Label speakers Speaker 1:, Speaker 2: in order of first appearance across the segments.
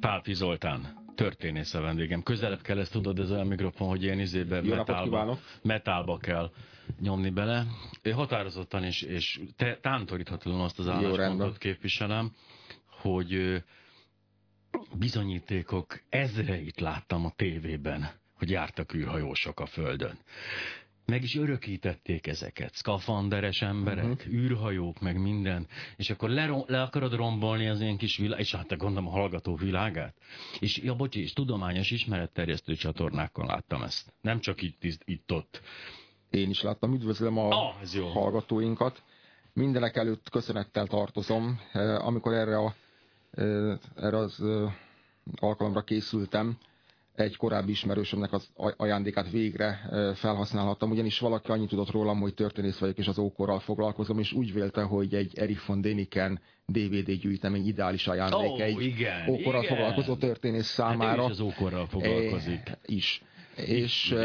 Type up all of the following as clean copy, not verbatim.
Speaker 1: Pálffy Zoltán, történész a vendégem. Közelebb kell ezt tudod, ez olyan mikrofon, hogy ilyen izében metálba kell nyomni bele. Határozottan és tántoríthatóan azt az álláspontot képviselem, hogy bizonyítékok ezreit láttam a tévében, hogy jártak űrhajósok a Földön. Meg is örökítették ezeket, szkafanderes emberek, űrhajók, meg minden, és akkor le akarod rombolni az ilyen kis világ, és hát gondolom a hallgató világát. És és tudományos ismeretterjesztő csatornákon láttam ezt. Nem csak itt-ott.
Speaker 2: Én is láttam, üdvözlöm a hallgatóinkat. Mindenek előtt köszönettel tartozom, amikor erre az alkalomra készültem, egy korábbi ismerősömnek az ajándékát végre felhasználhattam, ugyanis valaki annyit tudott rólam, hogy történész vagyok, és az ókorral foglalkozom, és úgy vélte, hogy egy Erich von Däniken DVD gyűjtemény ideális ajándék egy ókorral foglalkozó történész számára.
Speaker 1: Hát ő is az ókorral foglalkozik.
Speaker 2: És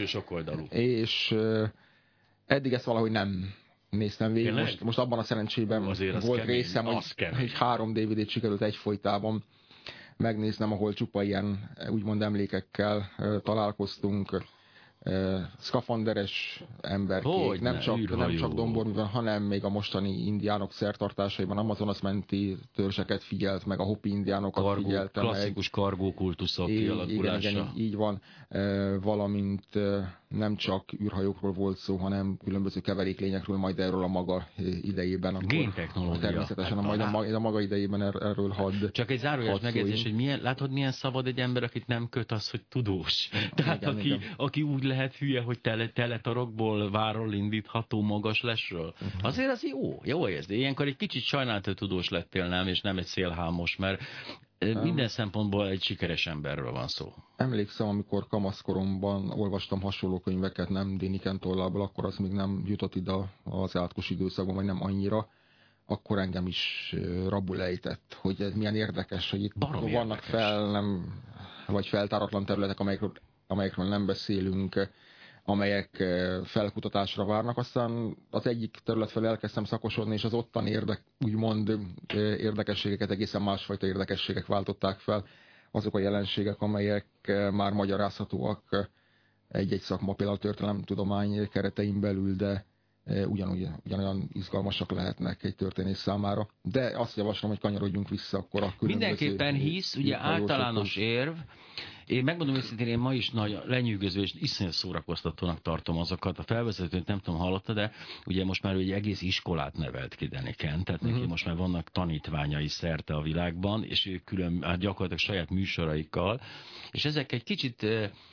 Speaker 2: eddig ezt valahogy nem néztem végig. Most abban a szerencsében volt részem, hogy 3 DVD-t sikerült egyfolytában megnéznem, ahol csupa ilyen úgymond emlékekkel találkoztunk. Szkafanderes emberkék, nem csak domborműben, hanem még a mostani indiánok szertartásaiban, Amazonas menti törzseket figyelt meg, a Hopi indiánokat figyelte meg.
Speaker 1: Klasszikus kargókultuszok kialakulása.
Speaker 2: Igen, így van. Valamint nem csak űrhajókról volt szó, hanem különböző keveréklényekről, majd erről a maga idejében.
Speaker 1: Géntechnológia.
Speaker 2: Természetesen majd a maga idejében erről hadd.
Speaker 1: Csak egy zárójeles megjegyzés, hogy látod, milyen szabad egy ember, akit nem köt az, hogy tudós. Tehát aki úgy lehet hülye, hogy tele tarokból várról indítható magas lesről. Azért az jó érzi. Ilyenkor egy kicsit sajnált, hogy tudós lettél, nem, és nem egy szélhámos, mert minden szempontból egy sikeres emberről van szó.
Speaker 2: Emlékszem, amikor kamaszkoromban olvastam hasonló könyveket, nem Däniken tollából, akkor az még nem jutott ide az átkos időszakban, vagy nem annyira, akkor engem is rabul ejtett, hogy ez milyen érdekes, hogy itt vannak feltáratlan területek, amelyekről nem beszélünk, amelyek felkutatásra várnak. Aztán az egyik terület felé elkezdtem szakosodni, és az ottani úgymond érdekességeket, egészen másfajta érdekességek váltották fel. Azok a jelenségek, amelyek már magyarázhatóak egy-egy szakma, például a történelemtudomány keretein belül, de ugyanolyan izgalmasak lehetnek egy történész számára. De azt javaslom, hogy kanyarodjunk vissza akkor a különböző...
Speaker 1: Mindenképpen hisz, ugye általános érv. Én megmondom őszintén, én ma is nagy lenyűgöző és iszonyat szórakoztatónak tartom azokat. A felvezetőt nem tudom, hallotta, de ugye most már egy egész iskolát nevelt ki Däniken, tehát neki most már vannak tanítványai szerte a világban, és ők gyakorlatilag saját műsoraikkal, és ezek egy kicsit...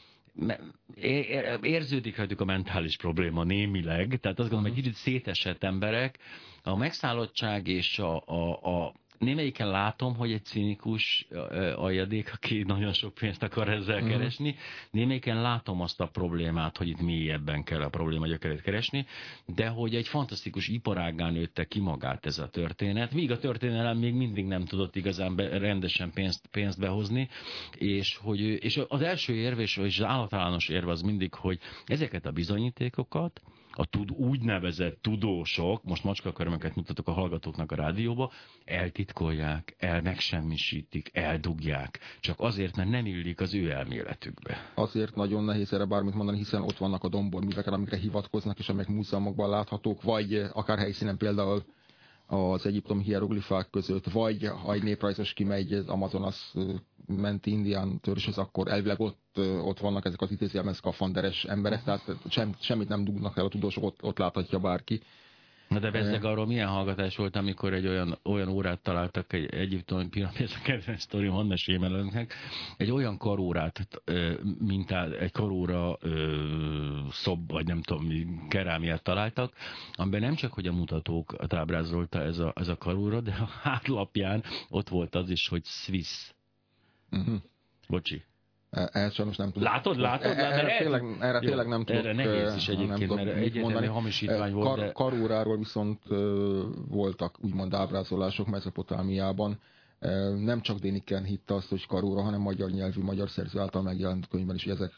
Speaker 1: érződik rajtuk a mentális probléma némileg, tehát azt gondolom, hogy kicsit szétesett emberek, a megszállottság és a némelyiken látom, hogy egy cinikus aljadék, aki nagyon sok pénzt akar ezzel keresni, némelyiken látom azt a problémát, hogy itt mélyebben kell a probléma gyökerét keresni, de hogy egy fantasztikus iparággá nőtte ki magát ez a történet, míg a történelem még mindig nem tudott igazán rendesen pénzt behozni, és az első érv és az általános érv az mindig, hogy ezeket a bizonyítékokat úgynevezett tudósok, most macskakörmöket mutatok a hallgatóknak a rádióba, eltitkolják, megsemmisítik, eldugják, csak azért, mert nem illik az ő elméletükbe.
Speaker 2: Azért nagyon nehéz erre bármit mondani, hiszen ott vannak a domborműveken, amikre hivatkoznak, és amelyek múzeumokban láthatók, vagy akár helyszínen például az egyiptomi hieroglifák között, vagy ha egy néprajzos kimegy az Amazonas menti indián törzshöz, akkor elvileg ott vannak ezek az idézőjelben szkafanderes emberek, tehát semmit nem dugnak el a tudósok, ott láthatja bárki.
Speaker 1: Na de bezzeg arról milyen hallgatás volt, amikor egy olyan órát találtak egy egyiptomi piramid, a kedvenc sztorim, hadd meséljem el önnek, egy olyan karórát, egy karóra vagy nem tudom, kerámiát találtak, amiben nem csak, hogy a mutatókat ábrázolta ez a karóra, de a hátlapján ott volt az is, hogy Swiss. Bocsi.
Speaker 2: Ehhez sajnos nem tudom.
Speaker 1: Látod?
Speaker 2: Erre tényleg nem tudok.
Speaker 1: Erre nehéz is egyébként, mert egyetemi hamisítvány volt. De...
Speaker 2: Karóráról viszont voltak úgymond ábrázolások Mezopotámiában. Nem csak Däniken hitte azt, hogy karóra, hanem magyar nyelvű, magyar szerző által megjelent könyvben is, hogy ezek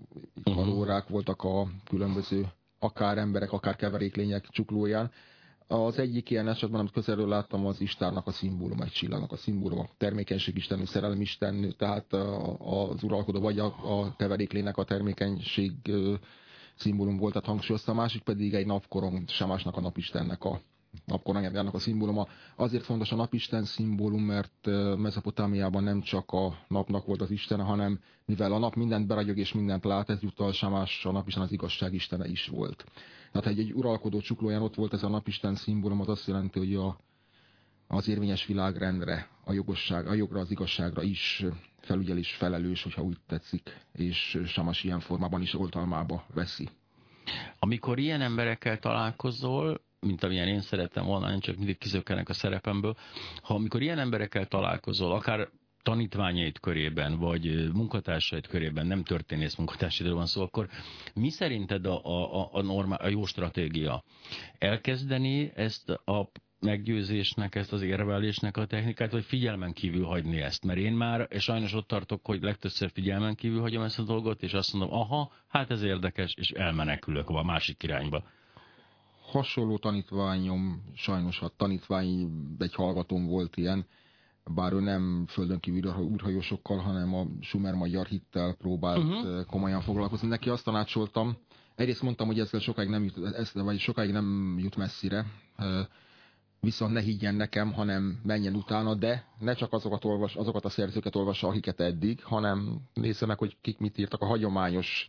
Speaker 2: karórák voltak a különböző akár emberek, akár keveréklények csuklóján. Az egyik ilyen esetben, amit közelről láttam, az Istárnak a szimbólum, egy csillagnak a szimbólum, a termékenység istenő, szerelem istenő, tehát az uralkodó vagy a keveréklének a termékenység szimbólum volt, tehát hangsúlyozta, a másik pedig egy napkorong, Samásnak a napistennek a napkorongjának a szimbóluma. Azért fontos a napisten szimbólum, mert Mezopotámiában nem csak a napnak volt az istene, hanem mivel a nap mindent beragyog és mindent lát, ezúttal Samás a napisten az igazság istene is volt. Tehát egy uralkodó csuklóján ott volt ez a napisten szimbólum, az azt jelenti, hogy az érvényes világrendre, a jogra, az igazságra is felügyel és felelős, hogyha úgy tetszik, és Samás ilyen formában is oltalmába veszi.
Speaker 1: Amikor ilyen emberekkel találkozol, mint amilyen én szerettem volna, én csak mindig kizökkenek a szerepemből, amikor ilyen emberekkel találkozol, akár tanítványaid körében, vagy munkatársaid körében, nem történész munkatársaidról van szó, akkor mi szerinted a jó stratégia? Elkezdeni ezt a meggyőzésnek, ezt az érvelésnek a technikát, vagy figyelmen kívül hagyni ezt? Mert én már, és sajnos ott tartok, hogy legtöbbször figyelmen kívül hagyom ezt a dolgot, és azt mondom, aha, hát ez érdekes, és elmenekülök a másik irányba.
Speaker 2: Hasonló tanítványom, sajnos a tanítvány, egy hallgatóm volt ilyen, bár ő nem földön kívül úrhajósokkal, hanem a sumer magyar hittel próbált komolyan foglalkozni. Neki azt tanácsoltam, egyrészt mondtam, hogy ezzel sokáig nem jut messzire, viszont ne higgyen nekem, hanem menjen utána, de ne csak azokat a szerzőket olvassa, akiket eddig, hanem nézze meg, hogy kik mit írtak a hagyományos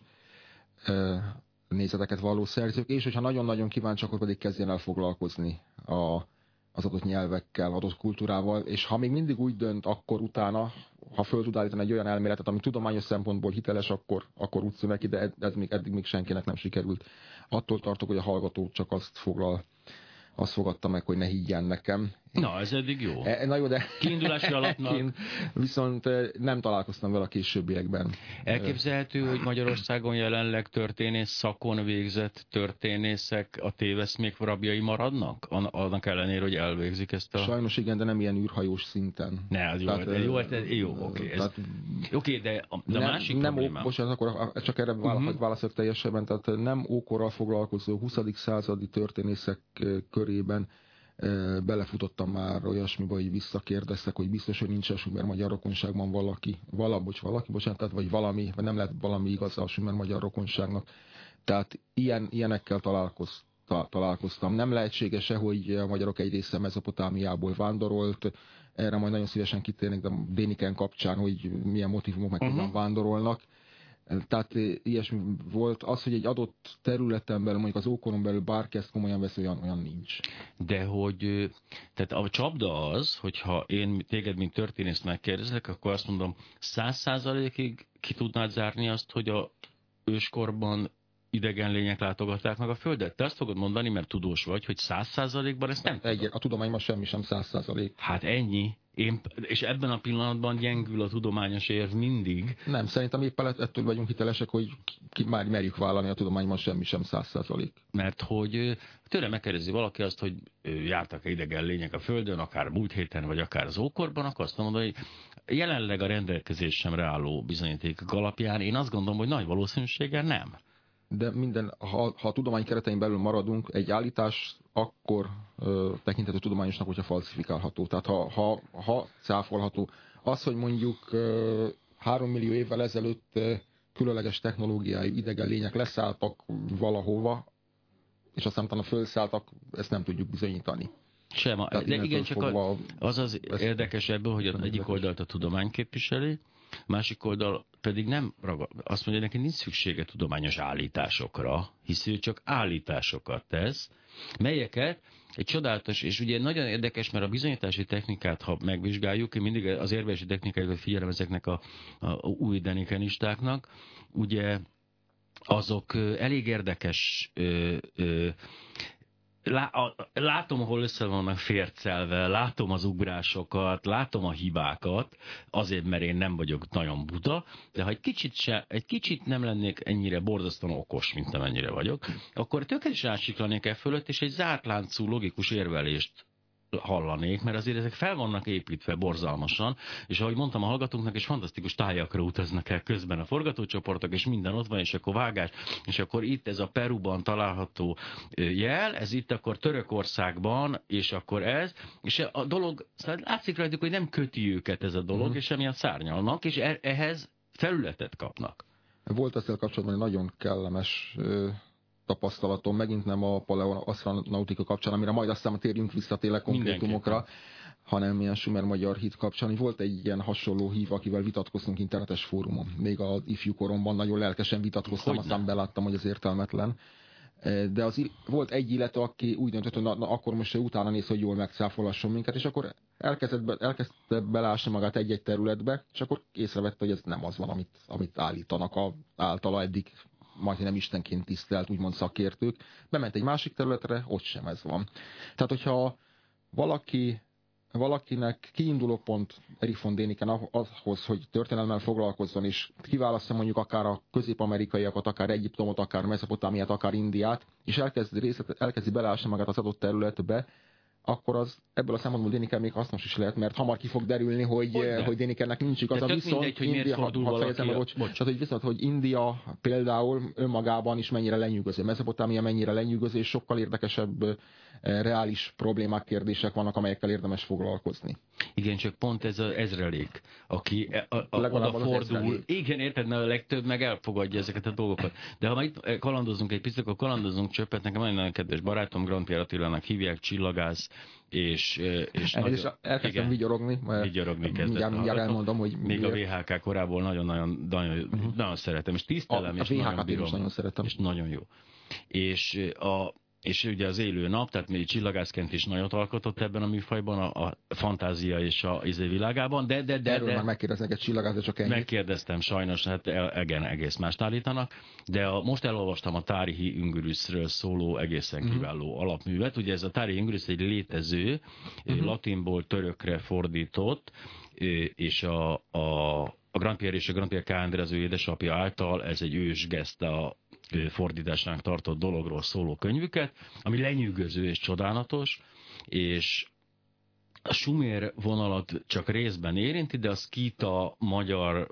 Speaker 2: nézeteket valló szerzők, és hogyha nagyon-nagyon kíváncsi, akkor pedig kezdjen el foglalkozni az adott nyelvekkel, adott kultúrával, és ha még mindig úgy dönt, akkor utána, ha föl tud állítani egy olyan elméletet, ami tudományos szempontból hiteles, akkor úgy szól neki, de eddig még senkinek nem sikerült. Attól tartok, hogy a hallgató csak azt fogadta meg, hogy ne higgyen nekem.
Speaker 1: Na, ez eddig jó.
Speaker 2: Na jó, de
Speaker 1: kiindulási alapnak.
Speaker 2: Viszont nem találkoztam vele a későbbiekben.
Speaker 1: Elképzelhető, hogy Magyarországon jelenleg történész szakon végzett történészek a téveszmék rabjai maradnak? Annak ellenére, hogy elvégzik ezt a...
Speaker 2: Sajnos igen, de nem ilyen űrhajós szinten.
Speaker 1: Ne, az jó, oké. Oké, de a másik problémám...
Speaker 2: Bocsánat, akkor csak erre válaszolok teljesebben. Tehát nem ókorral foglalkozó 20. századi történészek körében belefutottam már olyasmiba, hogy visszakérdeztek, hogy biztos, hogy nincs a sumer magyar rokonságban valaki, vagy valami, vagy nem lehet valami igaz a sumer magyar rokonságnak. Tehát ilyenekkel találkoztam. Nem lehetséges-e, hogy a magyarok egy része Mezopotámiából vándorolt, erre majd nagyon szívesen kitérnék, de Déniken kapcsán, hogy milyen motivumok meg hogyan vándorolnak. Tehát ilyesmi volt. Az, hogy egy adott területen belül, mondjuk az ókoron belül bárki ezt komolyan vesz, olyan nincs.
Speaker 1: De hogy, tehát a csapda az, hogyha én téged, mint történészt megkérdezlek, akkor azt mondom, 100%-ig ki tudnád zárni azt, hogy a őskorban idegen lények látogatták meg a Földet? Te azt fogod mondani, mert tudós vagy, hogy 100%-ban ezt nem tudom.
Speaker 2: A tudományban semmi sem 100%.
Speaker 1: Hát ennyi. És ebben a pillanatban gyengül a tudományos érv mindig.
Speaker 2: Nem, szerintem éppen ettől vagyunk hitelesek, hogy már merjük vállalni, a tudományban semmi sem 100%.
Speaker 1: Mert hogy tőle megkérdezi valaki azt, hogy jártak-e idegen lények a Földön, akár múlt héten, vagy akár az ókorban, akkor azt mondom, hogy jelenleg a rendelkezésemre álló bizonyítékok alapján én azt gondolom, hogy nagy valószínűséggel nem.
Speaker 2: De ha a tudomány keretein belül maradunk, egy állítás akkor tekinthető tudományosnak, hogyha falsifikálható. Tehát ha cáfolható. Az, hogy mondjuk 3 millió évvel ezelőtt különleges technológiájú idegen lények leszálltak valahova, és aztán utána fölszálltak, ezt nem tudjuk bizonyítani.
Speaker 1: Sem. De igen, csak az érdekes ebből, hogy az egyik oldalt a tudomány képviseli, másik oldal pedig nem azt mondja, neki nincs szüksége tudományos állításokra, hisz ő csak állításokat tesz, melyeket egy csodálatos, és ugye nagyon érdekes, mert a bizonyítási technikát, ha megvizsgáljuk, én mindig az érvelési technikákat figyelem ezeknek a új denikenistáknak, ugye azok elég érdekes látom, ahol össze vannak fércelve, látom az ugrásokat, látom a hibákat, azért, mert én nem vagyok nagyon buta, de ha egy kicsit nem lennék ennyire borzasztóan okos, mint amennyire vagyok, akkor tökéletesen átsiklanék fölött, és egy zárt láncú logikus érvelést hallanék, mert azért ezek fel vannak építve borzalmasan, és ahogy mondtam a hallgatóknak, és fantasztikus tájakra utaznak el közben a forgatócsoportok, és minden ott van, és akkor vágás, és akkor itt ez a Peruban található jel, ez itt akkor Törökországban, és akkor ez, és a dolog, szóval látszik rajtuk, hogy nem köti őket ez a dolog, és semmilyen szárnyalnak, és ehhez felületet kapnak.
Speaker 2: Volt ezzel kapcsolatban egy nagyon kellemes tapasztalatom, megint nem a paleoasztronautika kapcsán, amire majd aztán térjünk vissza tényleg konkrétumokra, hanem ilyen sumer-magyar hit kapcsán. Volt egy ilyen hasonló hív, akivel vitatkoztunk internetes fórumon. Még az ifjú koromban nagyon lelkesen vitatkoztam, aztán beláttam, hogy ez értelmetlen. De volt egy illető, aki úgy döntött, hogy akkor most utána néz, hogy jól megcáfolasson minket, és akkor elkezdte belásni magát egy-egy területbe, és akkor észrevette, hogy ez nem az van, amit állítanak általa eddig majdnem istenként tisztelt, úgymond szakértők. Bement egy másik területre, ott sem ez van. Tehát, hogyha valakinek kiinduló pont Erich von Däniken ahhoz, hogy történelemmel foglalkozzon, és kiválassza mondjuk akár a közép-amerikaiakat, akár Egyiptomot, akár Mezopotámiát, akár Indiát, és elkezdi beleásni magát az adott területbe, akkor az ebből a szempontból Däniken még hasznos is lehet, mert hamar ki fog derülni, hogy Dänikennek nincs igaza, viszont hogy India például önmagában is mennyire lenyűgöző, Mezopotámia mennyire lenyűgöző, és sokkal érdekesebb reális problémák, kérdések vannak, amelyekkel érdemes foglalkozni.
Speaker 1: Igen, csak pont ez az ezrelék, aki odafordul. Igen, érted, mert a legtöbb meg elfogadja ezeket a dolgokat. De ha már itt kalandozunk egy picit, akkor kalandozunk csöppet. Nekem nagyon kedves barátom, Grant-Pierre Attilának hívják, csillagász, és
Speaker 2: elkezdtem vigyorogni.
Speaker 1: Vigyorogni kezdett.
Speaker 2: Mindjárt elmondom, hogy
Speaker 1: még a VHK korából nagyon szeretem, és tisztelem, és nagyon bírom.
Speaker 2: Nagyon szeretem.
Speaker 1: És nagyon jó. És ugye az élő nap, tehát még csillagászként is nagyot alkotott ebben a műfajban, a fantázia és a világában, de
Speaker 2: erről már megkérdeznek egy csillagász, de csak ennyit.
Speaker 1: Megkérdeztem, sajnos, hát egész mást állítanak, de most elolvastam a Tárihi Ungürüszről szóló egészen kiváló alapművet. Ugye ez a Tárihi Ungürüsz egy létező, latinból törökre fordított, és a Grant-Pierre és a Grant-Pierre K. André, az ő édesapja által ez egy ősgeszta fordításnak tartott dologról szóló könyvüket, ami lenyűgöző és csodálatos, és a sumér vonalat csak részben érinti, de a szkíta magyar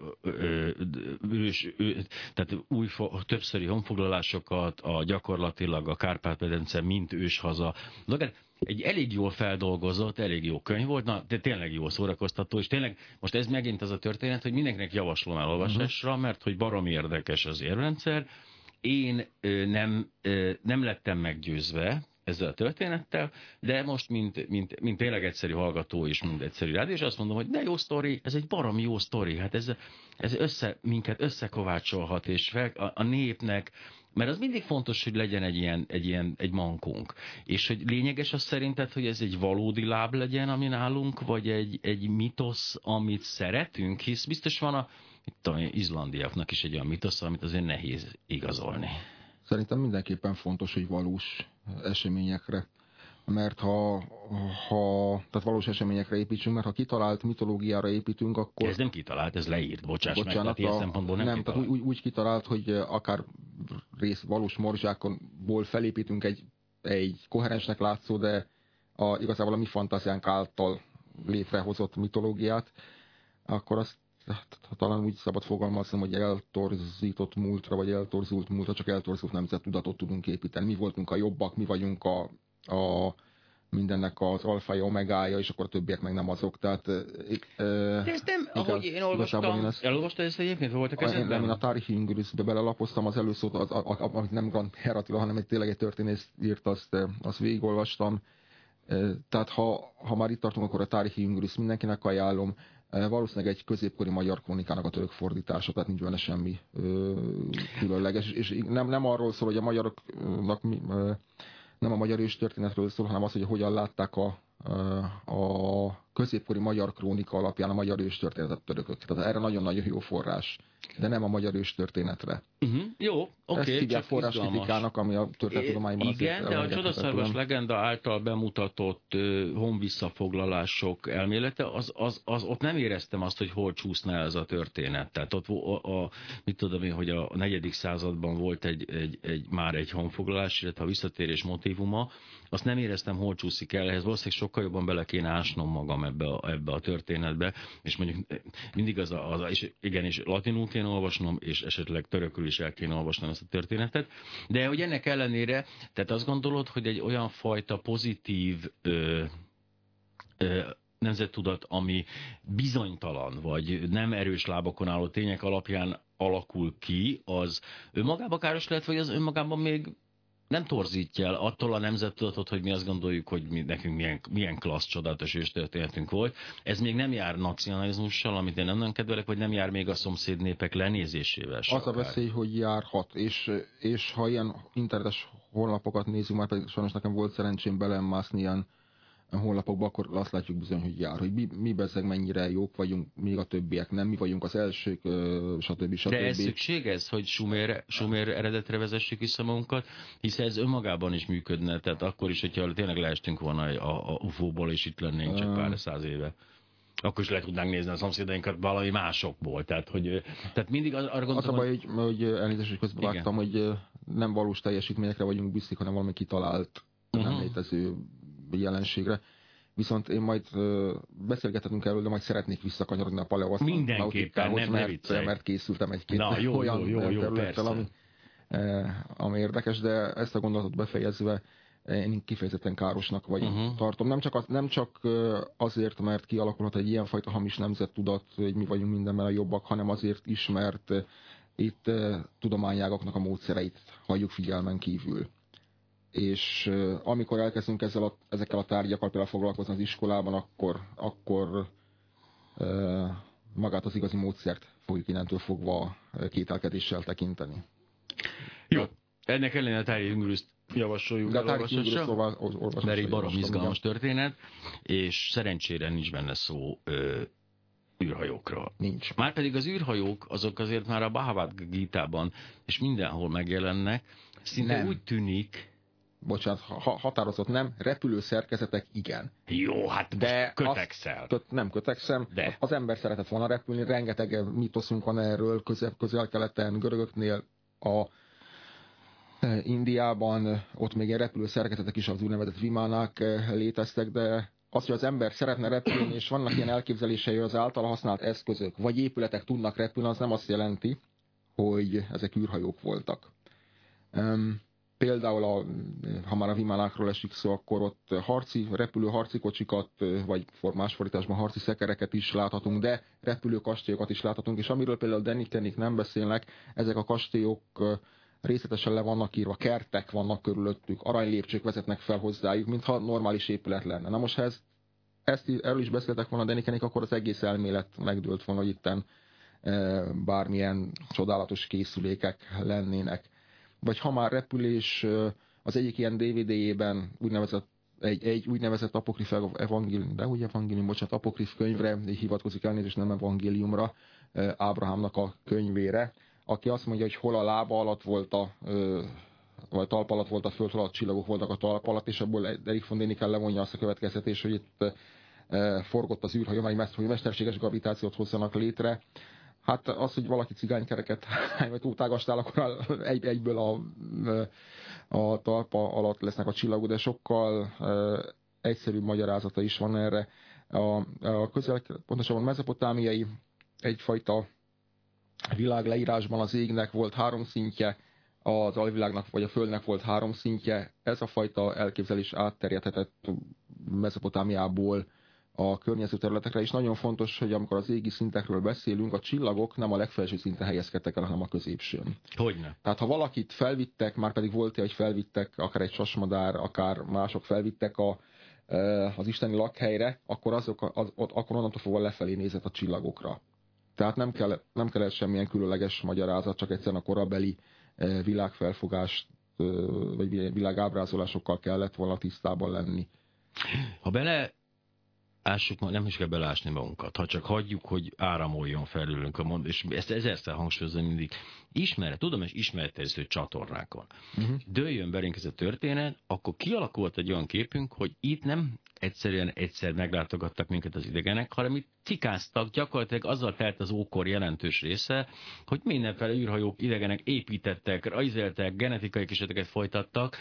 Speaker 1: tehát többszöri honfoglalásokat, gyakorlatilag a Kárpát-medence mint őshaza. Egy elég jól feldolgozott, elég jó könyv volt, de tényleg jó szórakoztató, és tényleg most ez megint az a történet, hogy mindenkinek javaslom elolvasásra, mert hogy baromi érdekes az érvrendszer. Én nem lettem meggyőzve ezzel a történettel, de most, mint tényleg egyszerű hallgató és mint egyszerű rádió, és azt mondom, hogy de jó sztori, ez egy baromi jó sztori, hát ez minket összekovácsolhat, és a népnek, mert az mindig fontos, hogy legyen egy mankónk. És hogy lényeges az szerinted, hogy ez egy valódi láb legyen, ami nálunk, vagy egy mitosz, amit szeretünk, hisz biztos van izlandiaknak is egy olyan mitosz, amit azért nehéz igazolni.
Speaker 2: Szerintem mindenképpen fontos, hogy valós eseményekre. Mert tehát valós eseményekre építsünk, mert ha kitalált mitológiára építünk, akkor...
Speaker 1: Ez nem kitalált, ez leírt, bocsáss meg, tehát ilyen szempontból nem kitalált.
Speaker 2: Tehát úgy kitalált, hogy akár valós morzsákból felépítünk egy koherensnek látszó, de igazából a mi fantáziánk által létrehozott mitológiát, akkor azt talán úgy szabad fogalmazni, hogy eltorzított múltra, vagy eltorzult múltra, csak eltorzult nemzettudatot tudunk építeni. Mi voltunk a jobbak, mi vagyunk a mindennek az alfája, omegája, és akkor a többiek meg nem azok. Tehát,
Speaker 1: de ez nem, ahogy én olvastam, elolvastad ezt egyébként, voltak esetben?
Speaker 2: Én a Tárihi Ungürüszbe belelapoztam az előszót, amit nem Grant-Pierre Attila, hanem tényleg egy történész írt, azt végigolvastam. Tehát ha már itt tartunk, akkor a Tárihi Ungürüsz mindenkinek ajánlom. Valószínűleg egy középkori magyar krónikának a török fordítása, tehát nincs benne semmi különleges. És nem arról szól, hogy a magyaroknak nem a magyar őstörténetről szól, hanem az, hogy hogyan látták a középkori magyar krónika alapján a magyar őstörténetet törökök. Tehát erre nagyon-nagyon jó forrás, de nem a magyar őstörténetre.
Speaker 1: Jó, oké.
Speaker 2: Ezt hívják forráskritikának, ami a történettudományban
Speaker 1: igen, de a csodaszarvas legenda által bemutatott honvisszafoglalások elmélete, az ott nem éreztem azt, hogy hol csúszna ez a történet. Tehát ott mit tudom én, hogy a 4. században volt már egy honfoglalás, illetve a visszatérés motívuma, azt nem éreztem, hol csúszik el, ehhez valószínűleg sokkal jobban bele kéne ásnom magam ebbe a történetbe, és mondjuk mindig és igen, és latinul kéne olvasnom, és esetleg törökül is el kéne olvasnom ezt a történetet, de hogy ennek ellenére, tehát azt gondolod, hogy egy olyan fajta pozitív nemzettudat, ami bizonytalan, vagy nem erős lábakon álló tények alapján alakul ki, az önmagában káros lehet, vagy az önmagában még nem torzítja el attól a nemzettudatot, hogy mi azt gondoljuk, hogy nekünk milyen klassz, csodálatos őstörténetünk volt. Ez még nem jár nacionalizmussal, amit én nem kedvelek, vagy nem jár még a szomszéd népek lenézésével.
Speaker 2: Az a veszély, hogy járhat, és ha ilyen internetes honlapokat nézünk, már pedig sajnos nekem volt szerencsém belemászni ilyen honlapokba, akkor azt látjuk bizony, hogy jár, hogy mi bezzeg mennyire jók vagyunk, még a többiek nem, mi vagyunk az elsők, stb.
Speaker 1: De ez szükséges, hogy sumer eredetre vezessük vissza magunkat, hiszen ez önmagában is működne, tehát akkor is, hogyha tényleg leestünk volna a UFO-ból, és itt lennénk csak pár 100 éve. Akkor is le tudnánk nézni a szomszédainkat valami másokból. Tehát mindig arra gondolom,
Speaker 2: az a baj, hogy elnézést, hogy közbevágtam, hogy nem valós teljesítményekre vagyunk büszkék, hanem valami kitalált, nem létező jelenségre. Viszont én majd beszélgethetünk erről, de majd szeretnék visszakanyarodni a
Speaker 1: paleoasztronautikkához,
Speaker 2: mert készültem egy-két olyan területtel, ami érdekes, de ezt a gondolatot befejezve én kifejezetten károsnak tartom. Nem csak azért, mert kialakulhat egy ilyenfajta hamis nemzettudat, hogy mi vagyunk mindenben a jobbak, hanem azért is, mert itt tudományágaknak a módszereit hagyjuk figyelmen kívül. És amikor elkezdünk ezekkel a tárgyakkal például foglalkozni az iskolában, akkor magát az igazi módszert fogjuk innentől fogva kételkedéssel tekinteni.
Speaker 1: Jó, ennek ellenére a Tári Jüngrűzt javasoljuk elolvasásra, mert egy barom izgalmas történet, és szerencsére nincs benne szó űrhajókról.
Speaker 2: Nincs.
Speaker 1: Márpedig az űrhajók azok azért már a Bhagavad Gítában és mindenhol megjelennek, szinte nem. Úgy tűnik...
Speaker 2: Bocsánat, határozott nem, repülőszerkezetek igen.
Speaker 1: Jó, hát de kötekszel.
Speaker 2: Nem kötekszem. De. Az ember szeretett volna repülni, rengeteg mitoszunk van erről, közel-keleten, görögöknél, Indiában, ott még repülőszerkezetek is, az úgynevezett vimánák léteztek, de az, hogy az ember szeretne repülni, és vannak ilyen elképzelései, hogy az általa használt eszközök, vagy épületek tudnak repülni, az nem azt jelenti, hogy ezek űrhajók voltak. Például, ha már a vimánákról esik szó, akkor ott repülő harcikocsikat, vagy más fordításban harci szekereket is láthatunk, de repülő kastélyokat is láthatunk, és amiről például Denikenik nem beszélnek, ezek a kastélyok részletesen le vannak írva, kertek vannak körülöttük, aranylépcsők vezetnek fel hozzájuk, mintha normális épület lenne. Na most, ha erről is beszéltek volna Denikenik, akkor az egész elmélet megdőlt volna, hogy itten bármilyen csodálatos készülékek lennének. Vagy ha már repülés, az egyik ilyen DVD-jében egy úgynevezett apokrif evangélium, apokrif könyvre hivatkozik, elnézést, nem evangéliumra, Ábrahámnak a könyvére, aki azt mondja, hogy hol a lába alatt volt vagy talp alatt volt a föld, hol a csillagok voltak a talp alatt, és abból Erich von Däniken levonja azt a következtetés, hogy itt forgott az űrhajó, hogy mesterséges gravitációt hozzanak létre. Hát az, hogy valaki cigánykereket vagy túltágastál, akkor egyből a talpa alatt lesznek a csillagok, de sokkal egyszerűbb magyarázata is van erre. Pontosabban mezopotámiai egyfajta világleírásban az égnek volt 3 szintje, az alvilágnak vagy a földnek volt 3 szintje. Ez a fajta elképzelés átterjedhetett Mezopotámiából a környező területekre, és nagyon fontos, hogy amikor az égi szintekről beszélünk, a csillagok nem a legfelső szinten helyezkedtek el, hanem a középsőn.
Speaker 1: Hogyne.
Speaker 2: Tehát ha valakit felvittek, már pedig volt hogy felvittek, akár egy sasmadár, akár mások felvittek az isteni lakhelyre, akkor akkor onnantól fogva lefelé nézett a csillagokra. Tehát nem kellett semmilyen különleges magyarázat, csak egyszerűen a korabeli világfelfogást, vagy világábrázolásokkal kellett volna tisztában lenni.
Speaker 1: Ha bele nem is kell belásni magunkat, ha csak hagyjuk, hogy áramoljon felülünk a mond, és ezt ezerszer hangsúlyozom mindig, tudományos ismeretterjesztő csatornákon. Dőljön belénk ez a történet, akkor kialakult egy olyan képünk, hogy itt nem egyszerűen meglátogattak minket az idegenek, hanem itt cikáztak, gyakorlatilag azzal telt az ókor jelentős része, hogy mindenféle űrhajók, idegenek építettek, rajzeltek, genetikai kísérleteket folytattak,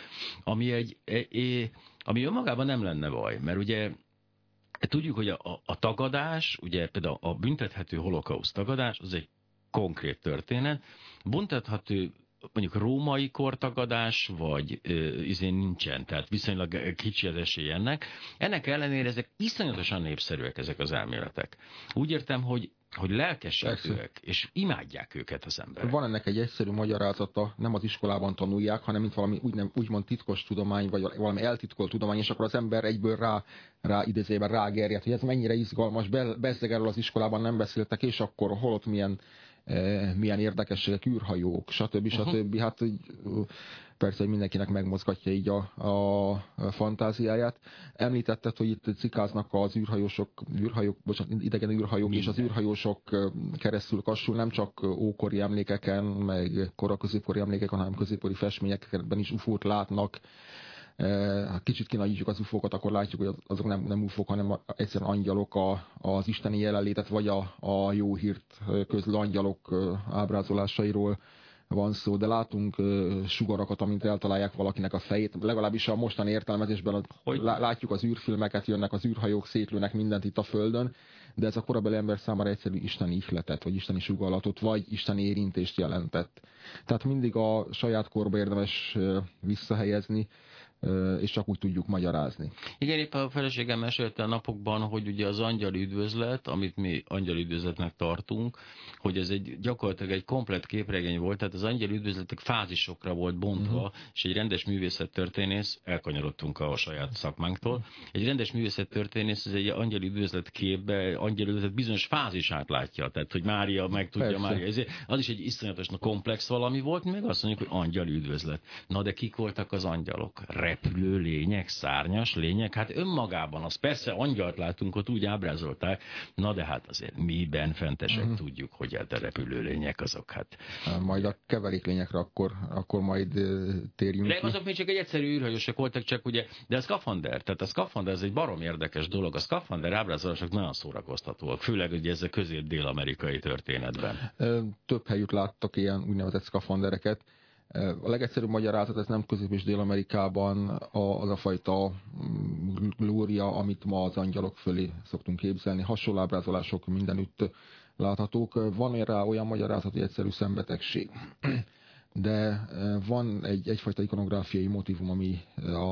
Speaker 1: ami önmagában nem lenne baj, mert ugye tudjuk, hogy a tagadás, ugye például a büntethető holokauszt tagadás, az egy konkrét történet, büntethető mondjuk római kortagadás, vagy nincsen, tehát viszonylag kicsi az esély ennek. Ennek ellenére ezek iszonyatosan népszerűek, ezek az elméletek. Úgy értem, hogy lelkesedőek, és imádják őket az emberek.
Speaker 2: Van ennek egy egyszerű magyarázata, nem az iskolában tanulják, hanem mint valami úgymond titkos tudomány, vagy valami eltitkolt tudomány, és akkor az ember egyből idézőjelben rágerjed, hogy ez mennyire izgalmas, bezzeg erről az iskolában nem beszéltek, és akkor holott milyen érdekességek, űrhajók, stb. Hát persze, hogy mindenkinek megmozgatja így a fantáziáját. Említetted, hogy itt cikáznak az idegen űrhajók, és az űrhajósok keresztül kassul nem csak ókori emlékeken, meg koraközépkori emlékeken, hanem középkori festményekben is UFO-t látnak. Ha kicsit kinagyítjuk az UFO-kat, akkor látjuk, hogy azok nem UFO-k, hanem egyszerűen angyalok, az isteni jelenlétet, vagy a jó hírt közlő angyalok ábrázolásairól van szó, de látunk sugarakat, amint eltalálják valakinek a fejét. Legalábbis a mostani értelmezésben látjuk az űrfilmeket, jönnek az űrhajók, szétlőnek mindent itt a Földön, de ez a korabeli ember számára egyszerű isteni ihletet, vagy isteni sugallatot, vagy isteni érintést jelentett. Tehát mindig a saját korba érdemes visszahelyezni, és csak úgy tudjuk magyarázni.
Speaker 1: Igen, épp a feleségem mesélte a napokban, hogy ugye az angyali üdvözlet, amit mi angyali üdvözletnek tartunk, hogy ez gyakorlatilag egy komplett képregény volt, tehát az angyali üdvözletek fázisokra volt bontva, és egy rendes művészettörténész, elkanyarodtunk a saját szakmánktól, egy rendes művészettörténész ez egy angyali üdvözlet képbe, angyali üdvözlet bizonyos fázisát látja, tehát hogy Mária meg tudja, Mária, az is egy iszonyatosan komplex valami volt, meg azt mondjuk, hogy angyali üdvözlet. Na de kik voltak az angyalok? Repülő lények, szárnyas lények, hát önmagában az persze angyalt látunk, ott úgy ábrázolták, na de hát azért mi benfentesek tudjuk, hogy hát a repülő lények azok hát.
Speaker 2: Majd a keveréklényekre akkor majd térjünk
Speaker 1: ki. De azok még csak egy egyszerű űrhajósok voltak, csak ugye, de a szkafander, tehát a szkafander ez egy barom érdekes dolog, a szkafander ábrázolások nagyon szórakoztatóak, főleg ugye ez a közép-dél-amerikai történetben.
Speaker 2: Több helyütt láttak ilyen úgynevezett szkafandereket. A legegyszerűbb magyarázat, ez nem Közép- és Dél-Amerikában az a fajta glória, amit ma az angyalok fölé szoktunk képzelni. Hasonló ábrázolások mindenütt láthatók. Van rá olyan magyarázat, hogy egyszerű szembetegség. De van egyfajta ikonográfiai motivum, ami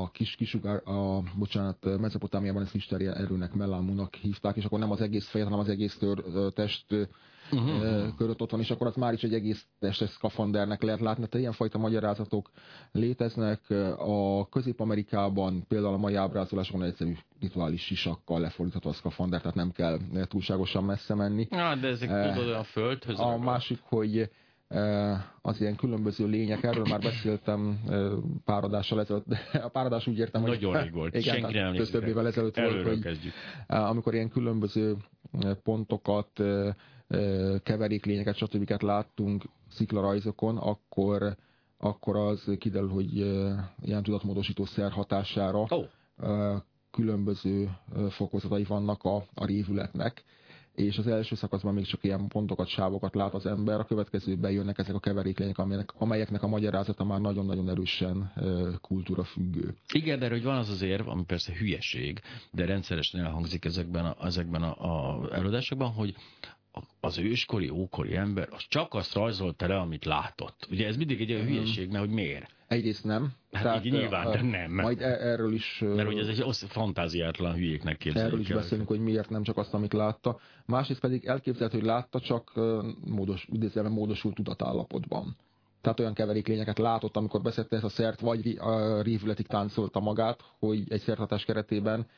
Speaker 2: Mezopotámiában ezt isteni erőnek, Mellámunak hívták, és akkor nem az egész fejet, hanem az egész test körött ott van, és akkor az már is egy egész testes szkafandernek lehet látni. Tehát ilyenfajta magyarázatok léteznek. A Közép-Amerikában például a mai ábrázolásokon egyszerű rituális sisakkal lefordítható a szkafander, tehát nem kell túlságosan messze menni.
Speaker 1: Ja, de ezek tudod a földhöz.
Speaker 2: A másik, hogy az ilyen különböző lények, erről már beszéltem pár adással ezelőtt, de a pár adás úgy értem, hogy
Speaker 1: nagyon rég volt,
Speaker 2: igen,
Speaker 1: senki nem emlékszik.
Speaker 2: Több évvel ezelőtt volt, hogy amikor ilyen különböző pontokat, keveréklényeket, stb. Láttunk sziklarajzokon, akkor az kiderül, hogy ilyen tudatmódosító szer hatására különböző fokozatai vannak a révületnek, és az első szakaszban még csak ilyen pontokat, sávokat lát az ember, a következőben jönnek ezek a keveréklények, amelyeknek a magyarázata már nagyon-nagyon erősen kultúrafüggő.
Speaker 1: Igen, de hogy van az érv, ami persze hülyeség, de rendszeresen elhangzik ezekben az előadásokban, hogy az őskori, ókori ember az csak azt rajzolta le, amit látott. Ugye ez mindig egy olyan hülyeség, mert hogy miért?
Speaker 2: Egyrészt nem.
Speaker 1: Hát tehát, így nyilván, de nem.
Speaker 2: Majd erről is...
Speaker 1: Mert hogy ez egy fantáziátlan hülyéknek képzeljük.
Speaker 2: Erről is beszélünk, hogy miért nem csak azt, amit látta. Másrészt pedig elképzelhető, hogy látta, csak módosult tudatállapotban. Tehát olyan keveréklényeket látott, amikor beszedte ezt a szert, vagy a révületig táncolta magát, hogy egy szertartás keretében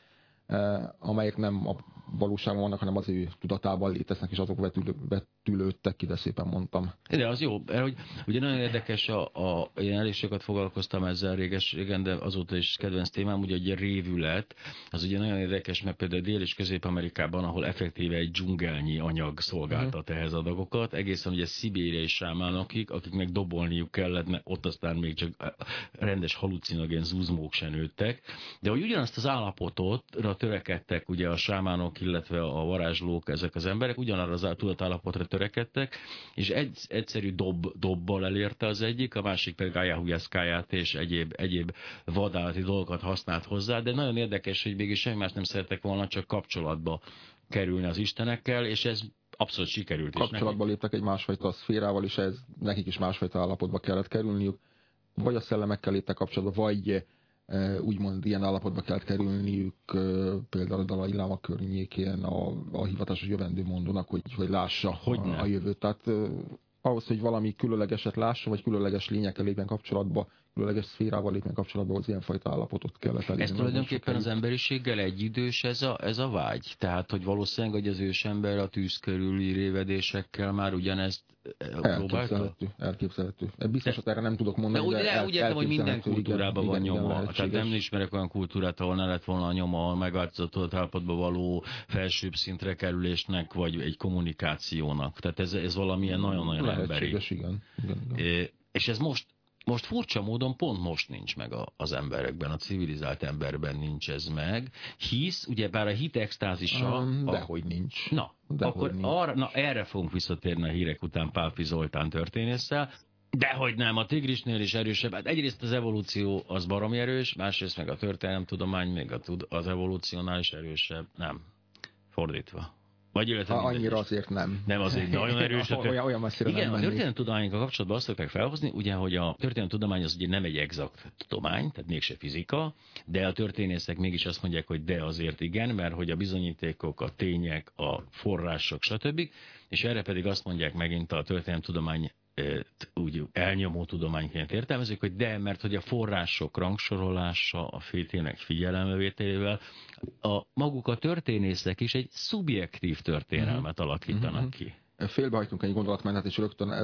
Speaker 2: amelyek nem a valóságban vannak, hanem az ő tudatában léteznek, és azok vetülődtek ki, de szépen mondtam.
Speaker 1: De az jó, mert hogy ugye nagyon érdekes, én elég sokat foglalkoztam ezzel régen, de azóta is kedvenc témám, ugye a révület, az ugye nagyon érdekes, mert például Dél- és Közép-Amerikában, ahol effektíve egy dzsungelnyi anyag szolgáltat ehhez adagokat, egészen ugye Szibériai sámánokig, akiknek dobolniuk kellett, mert ott aztán még csak rendes halucinogén zuzmók se nőttek, de hogy ugyanazt az állapototra törekedtek ugye a sámánok, illetve a varázslók, ezek az emberek, ugyanarra az tudatállapotra törekedtek, és egyszerű dobbal elérte az egyik, a másik pedig ayahuascáját és egyéb vadállati dolgokat használt hozzá, de nagyon érdekes, hogy mégis semmi más nem szerettek volna, csak kapcsolatba kerülni az istenekkel, és ez abszolút sikerült.
Speaker 2: Kapcsolatba léptek egy másfajta szférával, és ez nekik is másfajta állapotba kellett kerülniük, vagy a szellemekkel léptek kapcsolatba, vagy úgymond ilyen állapotba kellett kerülniük, például a Dalai Láma környékén a hivatásos jövendőmondónak, hogy lássa a jövőt. Tehát ahhoz, hogy valami különlegeset lásson, vagy különleges lényekkel lépjen kapcsolatba, különleges szférával lépjen kapcsolatba, az ilyenfajta állapotot kellett elérni.
Speaker 1: Ez tulajdonképpen az emberiséggel egyidős ez a vágy? Tehát, hogy valószínűleg, hogy az ősember a tűz körüli révedésekkel már ugyanezt próbálta?
Speaker 2: Elképzelhető. Biztos, hogy erre nem tudok mondani,
Speaker 1: de úgy értem, hogy minden kultúrában van nyoma. Tehát nem ismerek olyan kultúrát, ahol ne lett volna a nyoma a megváltozott állapotba való felsőbb szintre kerülésnek, vagy egy kommunikációnak. Tehát ez valamilyen nagyon-nagyon emberi.
Speaker 2: Igen.
Speaker 1: És ez most furcsa módon pont most nincs meg az emberekben, a civilizált emberben nincs ez meg, hisz, ugyebár a hit extázisa...
Speaker 2: Dehogy nincs.
Speaker 1: Na, akkor nincs. Erre fogunk visszatérni a hírek után Pálffy Zoltán történésszel, dehogy nem, a tigrisnél is erősebb. Hát egyrészt az evolúció az baromi erős, másrészt meg a történelemtudomány még az evolúciónál is erősebb. Nem, fordítva. Vagy illetve
Speaker 2: annyira azért nem.
Speaker 1: Nem azért, nagyon erős.
Speaker 2: Olyan messzire
Speaker 1: igen,
Speaker 2: nem
Speaker 1: a történelemtudományokkal kapcsolatban azt szokták felhozni, ugye, hogy a történelemtudomány az ugye nem egy exakt tudomány, tehát mégse fizika, de a történészek mégis azt mondják, hogy de azért igen, mert hogy a bizonyítékok, a tények, a források, stb. És erre pedig azt mondják megint a történelemtudomány úgy elnyomó tudományként értelmezik, hogy de, mert hogy a források rangsorolása, a tények figyelembevételével maguk a történészek is egy szubjektív történelmet alakítanak ki.
Speaker 2: Félbehajtunk egy gondolatmenet, és rögtön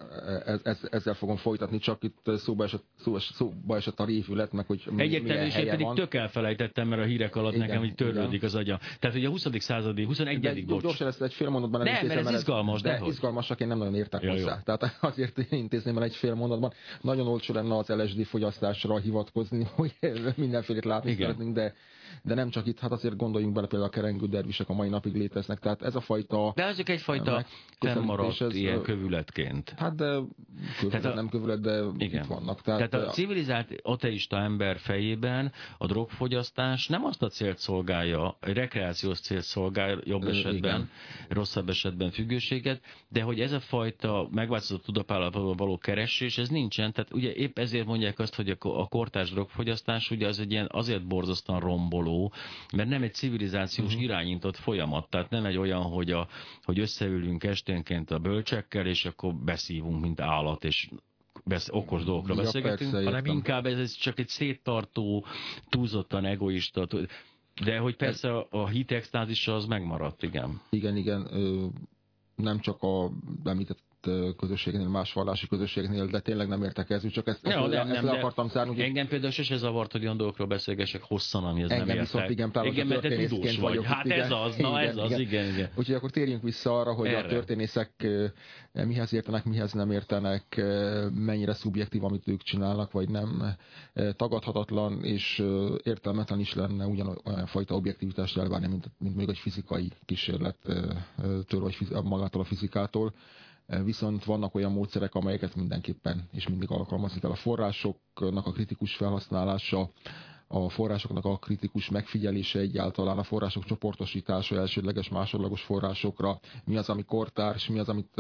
Speaker 2: ezzel fogom folytatni, csak itt szóba esett a révület, meg hogy
Speaker 1: egyértelműen pedig tök elfelejtettem, mert a hírek alatt nekem így törlődik az agyam. Tehát, hogy a 20. századi, 21. bocs.
Speaker 2: Gyorsan ezt egy fél mondatban nem
Speaker 1: intézem, mert ez izgalmas,
Speaker 2: de izgalmasak, én nem nagyon értek hozzá. Tehát azért intézném el egy fél mondatban. Nagyon olcsó lenne az LSD fogyasztásra hivatkozni, hogy mindenfélét látni szeretnénk, de nem csak itt, hát azért gondoljunk bele, például a kerengő dervisek a mai napig léteznek, tehát ez a fajta...
Speaker 1: De ezek egyfajta fennmaradt ilyen kövületként.
Speaker 2: Hát de nem kövület, de itt vannak.
Speaker 1: Tehát a civilizált ateista ember fejében a drogfogyasztás nem azt a célt szolgálja, a rekreációs célt szolgál jobb esetben, rosszabb esetben függőséget, de hogy ez a fajta megváltozott tudatállapotban való keresés, ez nincsen, tehát ugye épp ezért mondják azt, hogy a kortárs drogfogyasztás ugye az egy ilyen azért borzasztóan romboló, mert nem egy civilizációs irányított folyamat, tehát nem egy olyan, hogy összeülünk esténként a bölcsekkel, és akkor beszívunk, mint állat, és okos dolgokra beszélgetünk, hanem inkább ez csak egy széttartó, túlzottan egoista, de hogy persze a hit extázisa az megmaradt, igen.
Speaker 2: Igen, nem csak a említett közösségnél, más vallási közösségnél, de tényleg nem értekező, csak ezt le akartam zárni.
Speaker 1: Engem például sose zavart, hogy olyan dolgokról beszélgessek hosszan, ami ez nem értek.
Speaker 2: Viszont igen,
Speaker 1: mert te tudós vagy. Hát igen, ez az, igen.
Speaker 2: Úgyhogy akkor térjünk vissza arra, hogy a történészek mihez értenek, mihez nem értenek, mennyire szubjektív, amit ők csinálnak, vagy nem. Tagadhatatlan és értelmetlen is lenne ugyanolyan fajta objektivitást elvárni, mint még egy fizikai kísérlettől, vagy magától a fizikától. Viszont vannak olyan módszerek, amelyeket mindenképpen és mindig alkalmazni kell. A forrásoknak a kritikus felhasználása, a forrásoknak a kritikus megfigyelése egyáltalán, a források csoportosítása elsődleges, másodlagos forrásokra, mi az, ami kortárs, mi az, amit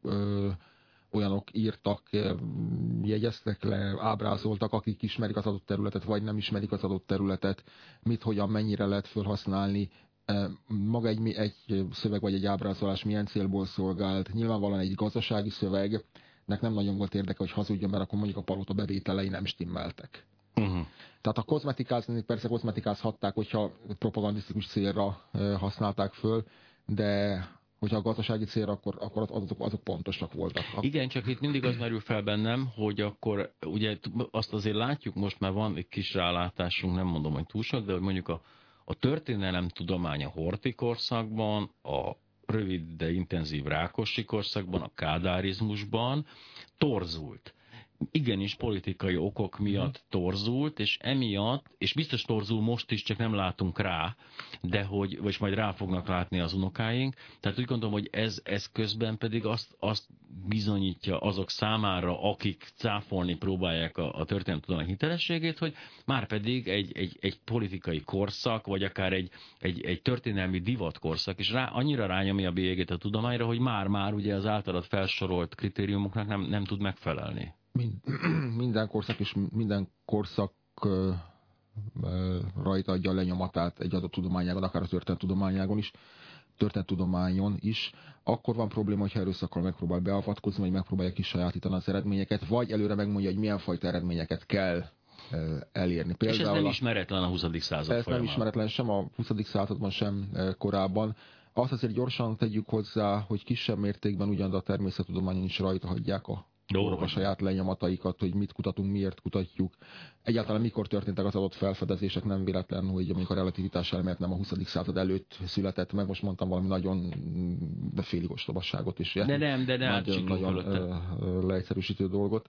Speaker 2: olyanok írtak, jegyeztek le, ábrázoltak, akik ismerik az adott területet, vagy nem ismerik az adott területet, mit, hogyan, mennyire lehet felhasználni, maga egy szöveg vagy egy ábrázolás milyen célból szolgált. Nyilvánvalóan egy gazdasági szövegnek nem nagyon volt érdeke, hogy hazudjon, mert akkor mondjuk a palota bevételei nem stimmeltek. Tehát a kozmetikázni, persze kozmetikázhatták, hogyha propagandisztikus célra használták föl, de hogyha a gazdasági célra, akkor azok pontosak voltak.
Speaker 1: Igen, csak itt mindig az merül fel bennem, hogy akkor ugye azt azért látjuk, most már van egy kis rálátásunk, nem mondom, hogy túl sok, de hogy mondjuk a történelemtudomány a horthy korszakban, a rövid, de intenzív rákosi korszakban, a kádárizmusban torzult. Igenis politikai okok miatt torzult, és emiatt, és biztos torzul most is, csak nem látunk rá, de hogy, vagy majd rá fognak látni az unokáink. Tehát úgy gondolom, hogy ez közben pedig azt bizonyítja azok számára, akik cáfolni próbálják a történelemtudomány hitelességét, hogy már pedig egy politikai korszak, vagy akár egy történelmi divatkorszak, és annyira rányomja a bélyegét a tudományra, hogy már ugye az általad felsorolt kritériumoknak nem tud megfelelni.
Speaker 2: Minden korszak és minden korszak rajta adja a lenyomatát egy adott tudományágon, akár a történettudományon is. Akkor van probléma, hogyha erőszakkal megpróbál beavatkozni, vagy megpróbálja kisajátítani az eredményeket, vagy előre megmondja, hogy milyen fajta eredményeket kell elérni.
Speaker 1: Például és ez nem ismeretlen a 20. század
Speaker 2: Ez nem ismeretlen sem a 20. században, sem korábban. Azt azért gyorsan tegyük hozzá, hogy kisebb mértékben ugyan a természettudományon is rajta hagyják a saját lenyomataikat, hogy mit kutatunk, miért kutatjuk. Egyáltalán mikor történtek az adott felfedezések, nem véletlen, hogy amikor a relativitás elmélet nem a 20. század előtt született meg, most mondtam valami nagyon félig ostobasságot is.
Speaker 1: De nem,
Speaker 2: nagyon leegyszerűsítő dolgot.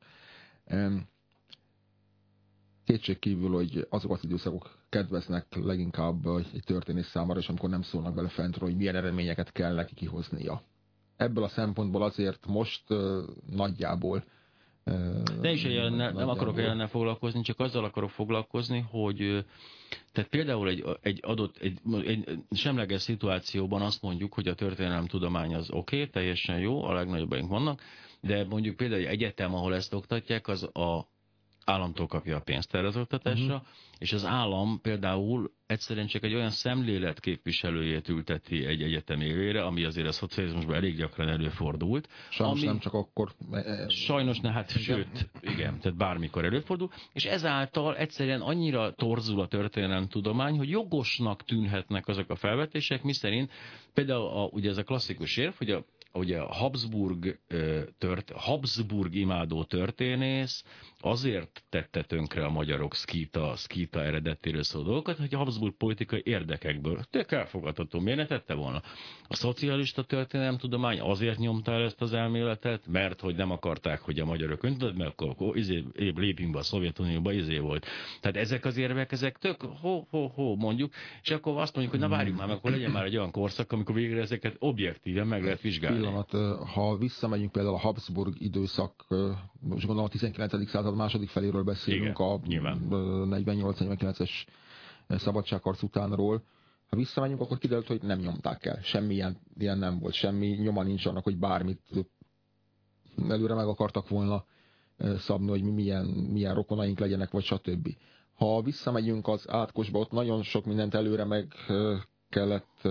Speaker 2: Kétség kívül, hogy azok az időszakok kedveznek leginkább egy történész számára, és amikor nem szólnak bele fentről, hogy milyen eredményeket kell neki kihoznia. Ebből a szempontból azért most nagyjából...
Speaker 1: De is nem akarok ellene foglalkozni, csak azzal akarok foglalkozni, hogy tehát például egy semleges szituációban azt mondjuk, hogy a történelemtudomány az oké, teljesen jó, a legnagyobbink vannak, de mondjuk például egy egyetem, ahol ezt oktatják, az a államtól kapja a pénzt erre az oktatásra, és az állam például egyszerűen csak egy olyan szemlélet képviselőjét ülteti egy egyetem élére, ami azért a szocializmusban elég gyakran előfordult.
Speaker 2: Sajnos nem csak akkor.
Speaker 1: Sajnos, sőt, igen, tehát bármikor előfordul, és ezáltal egyszerűen annyira torzul a történelemtudomány, hogy jogosnak tűnhetnek azok a felvetések, miszerint például ugye ez a klasszikus érv, hogy ugye a Habsburg imádó történész azért tette tönkre a magyarok szkíta eredetéről szóló dolgokat, hogy a Habsburg politikai érdekekből. Tök elfogadható, miért ne tette volna? A szocialista történelemtudomány azért nyomta el ezt az elméletet, mert hogy nem akarták, hogy a magyarok öntött, mert akkor lépjünk be a Szovjetunióba, volt. Tehát ezek az érvek, ezek tök mondjuk, és akkor azt mondjuk, hogy na várjuk már, akkor legyen már egy olyan korszak, amikor végre ezeket objektíven meg lehet vizsgálni.
Speaker 2: Pillanat, ha visszamegyünk például a Habsburg időszak, most gondolom a 19. század második feléről beszélünk, igen, a 48-49-es szabadságharc utánról. Ha visszamegyünk, akkor kiderült, hogy nem nyomták el. Semmi ilyen nem volt. Semmi nyoma nincs annak, hogy bármit előre meg akartak volna szabni, hogy milyen rokonaink legyenek, vagy stb. Ha visszamegyünk az átkosba, ott nagyon sok mindent előre meg kellett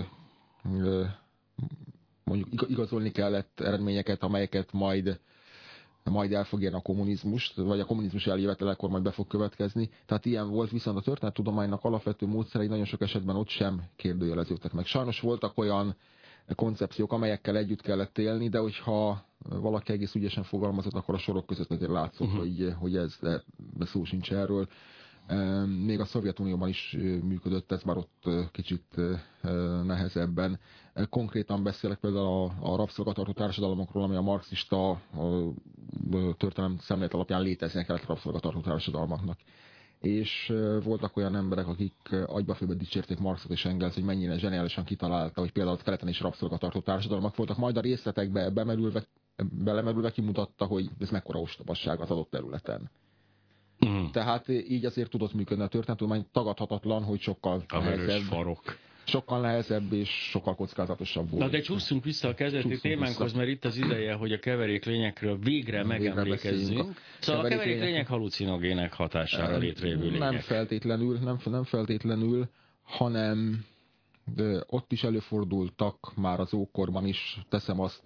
Speaker 2: mondjuk igazolni kellett eredményeket, amelyeket majd el fog érni a kommunizmust, vagy a kommunizmus eljövetelekor majd be fog következni. Tehát ilyen volt, viszont a történettudománynak alapvető módszerei nagyon sok esetben ott sem kérdőjeleződtek meg. Sajnos voltak olyan koncepciók, amelyekkel együtt kellett élni, de hogyha valaki egész ügyesen fogalmazott, akkor a sorok között azért látszott, hogy ez szó sincs erről. Még a Szovjetunióban is működött ez, bár ott kicsit nehezebben. Konkrétan beszélek például a rabszolgatartó társadalmakról, ami a marxista történelem szemlélet alapján léteznek kellett rabszolgatartó társadalmaknak. És voltak olyan emberek, akik agybafőbe dicsérték Marxot és Engels, hogy mennyire zseniálisan kitalálta, hogy például keleten is rabszolgatartó társadalmak voltak, majd a részletekbe belemerülve kimutatta, hogy ez mekkora ostobasság az adott területen. Tehát így azért tudott működni a történettudomány, tagadhatatlan, hogy sokkal nehezebb és sokkal kockázatosabb volt.
Speaker 1: Na de csúszunk vissza a kezdeti témánkhoz, mert itt az ideje, hogy a keveréklényekről végre megemlékezzünk. Szóval a keveréklények halucinogének hatására létrejövő lények.
Speaker 2: Nem feltétlenül, hanem ott is előfordultak már az ókorban is, teszem azt,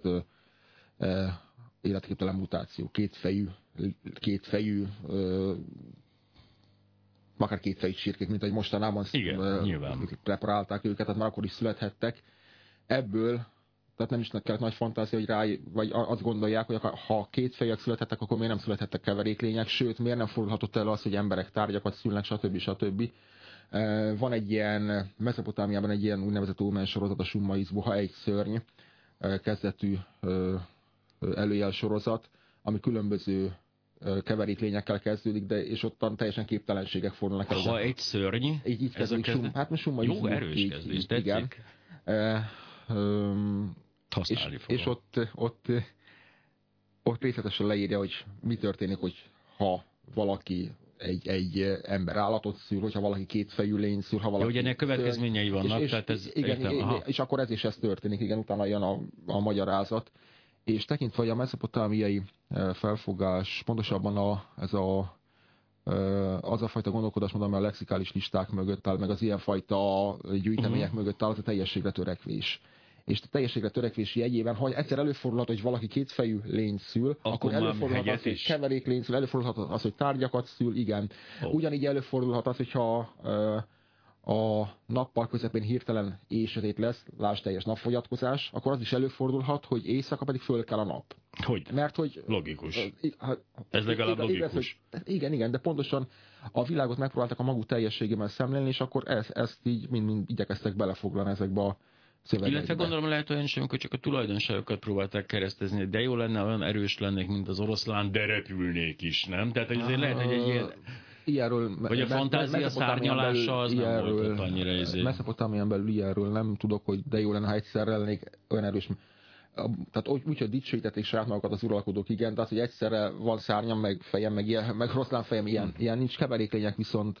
Speaker 2: életképtelen mutáció, kétfejű akár kétfejű csirkék, mint ahogy mostanában preparálták őket, tehát már akkor is születhettek. Ebből, tehát nem is kellett nagy fantázia, hogy vagy azt gondolják, hogy ha kétfejűek születhettek, akkor miért nem születhettek keveréklények, sőt, miért nem fordulhatott elő az, hogy emberek tárgyakat szülnek, stb. Van egy ilyen, Mezopotámiában egy ilyen úgynevezett ómen sorozat, a Summa Izbuha, egy szörny kezdetű előjel sorozat, ami különböző keveréklényekkel kezdődik, és ottan teljesen képtelenségek fordulnak elő.
Speaker 1: Ha egy szörny,
Speaker 2: így kezdődik, hát most Summa Izbuha.
Speaker 1: Jó erős kezdés, tetszik.
Speaker 2: És ott részletesen leírja, hogy mi történik, hogy ha valaki egy ember állatot szül, hogyha valaki kétfejű lény szül, ha valaki...
Speaker 1: Jó, ennek következményei vannak, tehát ez...
Speaker 2: Igen, és akkor ez történik, igen, utána jön a magyarázat. És tekintve, hogy a mezopotámiai felfogás, pontosabban az a fajta gondolkodásmód, amely a lexikális listák mögött áll, meg az ilyenfajta gyűjtemények mögött áll, az a teljességre törekvés. És a teljességre törekvési jegyében, ha egyszer előfordulhat, hogy valaki kétfejű lény szül, akkor előfordulhat az, hogy keverék lény szül, előfordulhat az, hogy tárgyakat szül, igen. Ugyanígy előfordulhat az, hogyha a nappal közepén hirtelen éjsötét lesz, lásd teljes napfogyatkozás, akkor az is előfordulhat, hogy éjszaka pedig föl kell a nap.
Speaker 1: Hogy?
Speaker 2: Mert hogy...
Speaker 1: Logikus. Ez legalább logikus.
Speaker 2: Igen, de pontosan a világot megpróbáltak a maguk teljességében szemlélni, és akkor ezt így mind igyekeztek belefoglalni ezekbe a szövegekbe.
Speaker 1: Illetve gondolom lehet olyan is, amikor csak a tulajdonságokat próbálták keresztezni, de jó lenne, olyan erős lennék, mint az oroszlán, de repülnék is, nem? Tehát hogy azért lehet, hogy egy ilyen...
Speaker 2: Ilyenről,
Speaker 1: vagy a fantázia szárnyalása az nem volt annyira izé.
Speaker 2: Mezopotámián belül ilyenről nem tudok, hogy de jó lenne, ha egyszerre lennék olyan erős. Tehát úgy, hogy dicsőítették saját magukat az uralkodók, igen, de az, hogy egyszerre van szárnyam, meg fejem, meg oroszlán fejem, ilyen nincs, keveréklények viszont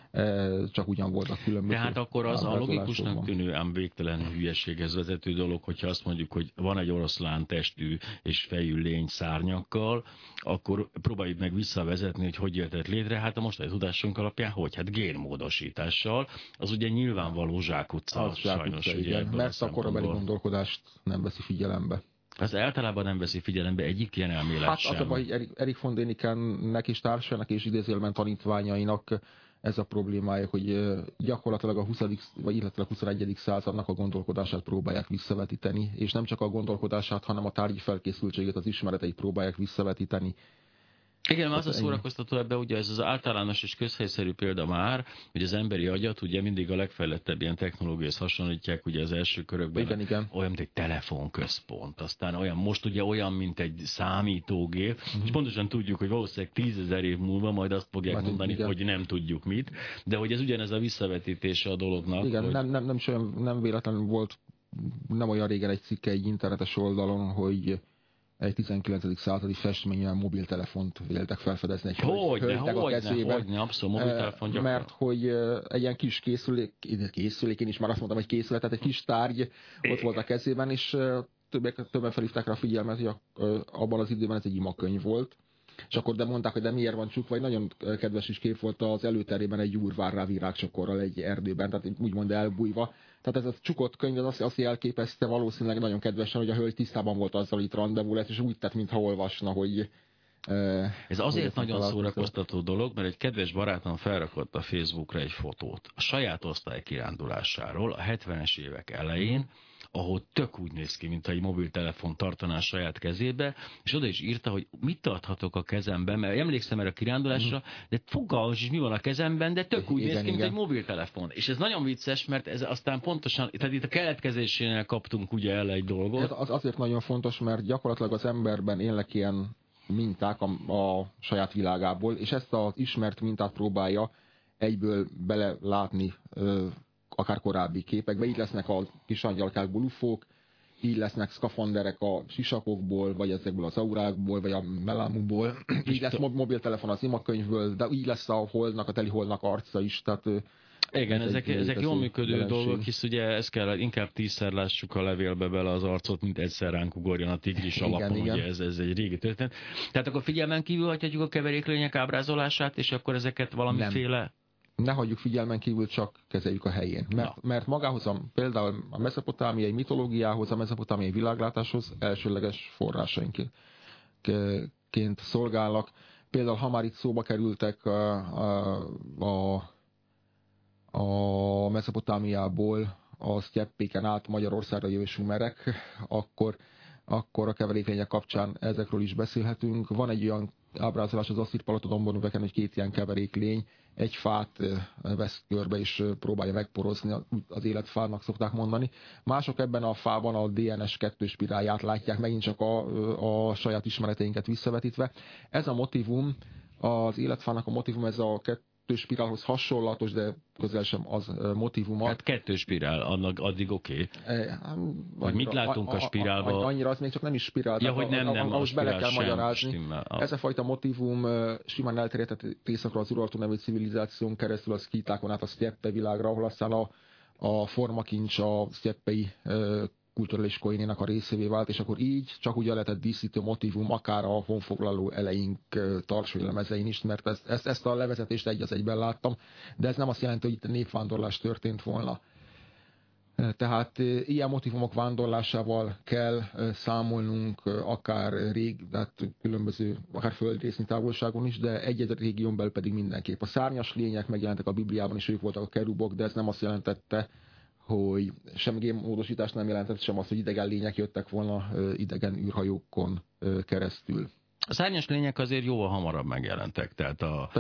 Speaker 2: csak ugyan voltak különböző.
Speaker 1: Tehát akkor az a logikusnak tűnő, ám végtelen hülyeséghez vezető dolog, hogyha azt mondjuk, hogy van egy oroszlán testű és fejű lény szárnyakkal, akkor próbáljuk meg visszavezetni, hogy jöhetett létre. Hát a mostani tudásunk alapján, hogy? Hát génmódosítással. Az ugye nyilvánvaló zsákutca, sajnos.
Speaker 2: Igen, mert a korabeli gondolkodást nem veszi figyelembe.
Speaker 1: Az általában nem veszi figyelembe egyik ilyen elmélet sem.
Speaker 2: Hát az a baj, hogy Erik von Dänikennek és társának és idézőjelben tanítványainak ez a problémája, hogy gyakorlatilag a 20. vagy illetve a 21. századnak a gondolkodását próbálják visszavetíteni, és nem csak a gondolkodását, hanem a tárgyi felkészültségét, az ismereteit próbálják visszavetíteni.
Speaker 1: Igen, az a szórakoztató ebben, ugye ez az általános és közhelyszerű példa már, hogy az emberi agyat ugye mindig a legfejlettebb ilyen technológiához hasonlítják, ugye az első körökben
Speaker 2: igen.
Speaker 1: Olyan, mint egy telefonközpont, aztán most ugye olyan, mint egy számítógép, és pontosan tudjuk, hogy valószínűleg 10 000 év múlva majd azt fogják mondani, hogy nem tudjuk mit, de hogy ez ugyanez a visszavetítése a dolognak.
Speaker 2: Igen,
Speaker 1: hogy...
Speaker 2: nem véletlenül volt nem olyan régen egy cikke egy internetes oldalon, hogy egy 19. századi festményen mobiltelefont véltek felfedezni egy hölgynek a kezébe.
Speaker 1: Hogyne, abszolút mobiltelefon gyakran.
Speaker 2: Mert hogy egy ilyen kis készülék, én is már azt mondtam, hogy készület, tehát egy kis tárgy ott volt a kezében, és többen felhívták rá a figyelmet, hogy abban az időben ez egy imakönyv volt. És akkor mondták, hogy de miért van csukva, vagy nagyon kedves is kép volt az előterében egy úr vár rá virágcsokorral egy erdőben, tehát úgymond elbújva. Tehát ez a csukott könyv az azt jelképezte valószínűleg nagyon kedvesen, hogy a hölgy tisztában volt azzal, hogy itt randevú lesz, és úgy tett, mintha olvasna, hogy...
Speaker 1: Ez azért nagyon szórakoztató dolog, mert egy kedves barátom felrakott a Facebookra egy fotót a saját osztálykirándulásáról a 70-es évek elején, ahol tök úgy néz ki, mint egy mobiltelefon tartaná a saját kezébe, és oda is írta, hogy mit tarthatok a kezemben, mert emlékszem erre a kirándulásra, de fogalmas is mi van a kezemben, de tök úgy néz ki, mint egy mobiltelefon. És ez nagyon vicces, mert ez aztán pontosan, tehát itt a keletkezésénél kaptunk ugye el egy dolgot.
Speaker 2: Ez azért nagyon fontos, mert gyakorlatilag az emberben élnek ilyen minták a saját világából, és ezt az ismert mintát próbálja egyből belelátni akár korábbi képekbe. Így lesznek a kis angyalkákból ufók, így lesznek szkafanderek a sisakokból, vagy ezekből az aurákból, vagy a melámukból. Így lesz mobiltelefon az imakönyvből, de így lesz a holdnak, a teli holdnak arca is. Tehát,
Speaker 1: igen, ezek jól működő dolgok, hisz ugye ezt kell, inkább 10-szer lássuk a levélbe bele az arcot, mint egyszer ránk ugorjon a tigris alapon,
Speaker 2: igen.
Speaker 1: Ugye ez egy régi történet. Tehát akkor figyelmen kívül hagyhatjuk a keveréklények ábrázolását, és akkor ezeket valamiféle...
Speaker 2: Ne hagyjuk figyelmen kívül, csak kezeljük a helyén. Mert magához például a mezopotámiai mitológiához, a mezopotámiai világlátáshoz elsőleges forrásainként szolgálnak. Például, ha már itt szóba kerültek a a Mezopotámiából a sztyeppéken át Magyarországra jövő sumerek, akkor a keveréklények kapcsán ezekről is beszélhetünk. Van egy olyan ábrázolás az Asszír-Palota-Dombornöveken, hogy 2 ilyen keveréklény egy fát vesz körbe és próbálja megporozni, az életfának szokták mondani. Mások ebben a fában a DNS 2 spirálját látják, megint csak a saját ismereteinket visszavetítve. Ez a motivum, az életfának a motivum, ez a 2 spirálhoz hasonlatos, de közel sem az motivuma.
Speaker 1: Hát 2 spirál, addig oké. Hogy mit látunk a spirálban?
Speaker 2: Annyira az még csak nem is spirál.
Speaker 1: Ja, hogy nem,
Speaker 2: ahhoz bele kell magyarázni.
Speaker 1: Stimmel.
Speaker 2: Ez a fajta motivum simán elterjedett északra az Urartu nevű civilizáción keresztül a szkítákon át a sztyeppe világra, ahol aztán a formakincs a sztyeppei kulturális koinének a részévé vált, és akkor így csak úgy lehetett díszítő motivum, akár a honfoglaló eleink tarsói lemezein is, mert ezt a levezetést egy az egyben láttam, de ez nem azt jelenti, hogy itt népvándorlás történt volna. Tehát ilyen motivumok vándorlásával kell számolnunk, akár különböző, akár földrésznyi távolságon is, de egy-egy régión belül pedig mindenképp. A szárnyas lények megjelentek a Bibliában, és ők voltak a kerubok, de ez nem azt jelentette, hogy sem génmódosítás nem jelentett, sem az, hogy idegen lények jöttek volna idegen űrhajókon keresztül.
Speaker 1: A szárnyas lények azért jóval hamarabb megjelentek, tehát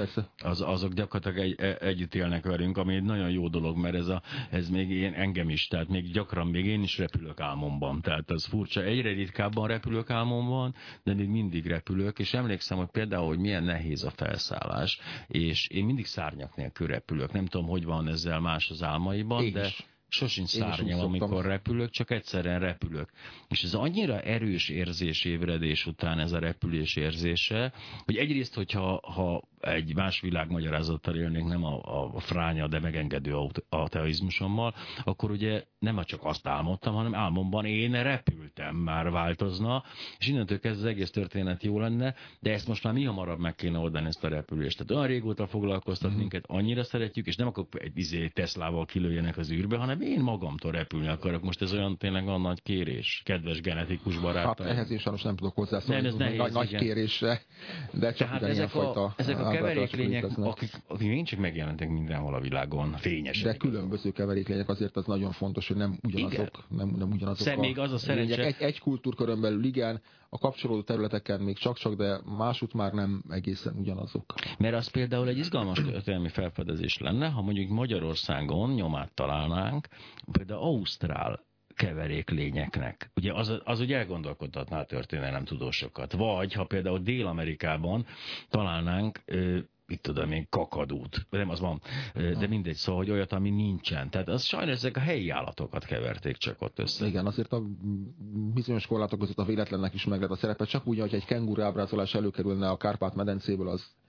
Speaker 1: azok gyakorlatilag együtt élnek velünk, ami egy nagyon jó dolog, mert ez még engem is, tehát még én is repülök álmomban, tehát az furcsa, egyre ritkábban repülök álmomban, de még mindig repülök, és emlékszem, hogy például, hogy milyen nehéz a felszállás, és én mindig szárnyak nélkül repülök, nem tudom, hogy van ezzel más az álmaiban, de sosincs szárnyam, amikor repülök, csak egyszerűen repülök. És ez annyira erős érzés ébredés után, ez a repülés érzése, hogy egyrészt, hogyha egy más világ magyarázattal élnék, nem a fránya, de megengedő ateizmusommal, akkor ugye nem csak azt álmodtam, hanem álmomban én repültem, már változna, és innentől kezdve az egész történet jó lenne, de ezt most már mi hamarabb meg kéne oldani, ezt a repülést. Tehát olyan régóta foglalkoztat minket, annyira szeretjük, és nem akkor egy Teslával kilőjenek az űrbe, hanem én magamtól repülni akarok. Most ez olyan tényleg a nagy kérés, kedves genetikus barátaim.
Speaker 2: Hát ehhez én sajnos nem tudok hozzászólni,
Speaker 1: ez nehéz,
Speaker 2: nagy kérésre, de csak
Speaker 1: ezek a keveréklények, akik én csak megjelentek mindenhol a világon, fényesek.
Speaker 2: De különböző keveréklények, azért az nagyon fontos, hogy nem ugyanazok. Nem ugyanazok
Speaker 1: még az a szerencse.
Speaker 2: Egy kultúrkörön belül igen, a kapcsolódó területeken még csak-csak, de másút már nem egészen ugyanazok.
Speaker 1: Mert az például egy izgalmas történelmi felfedezés lenne, ha mondjuk Magyarországon nyomát találnánk, például ausztrál keveréklényeknek. Ugye az ugye elgondolkodtatná a történelem tudósokat. Vagy ha például Dél-Amerikában találnánk mit tudom én, kakadút, nem az van, de mindegy, szóval, hogy olyat, ami nincsen. Tehát az sajnos ezek a helyi állatokat keverték csak ott össze.
Speaker 2: Igen, azért a bizonyos korlátok között a véletlennek is meg lehet a szerepe, csak úgy, hogy egy kenguru ábrázolás előkerülne a Kárpát-medencéből,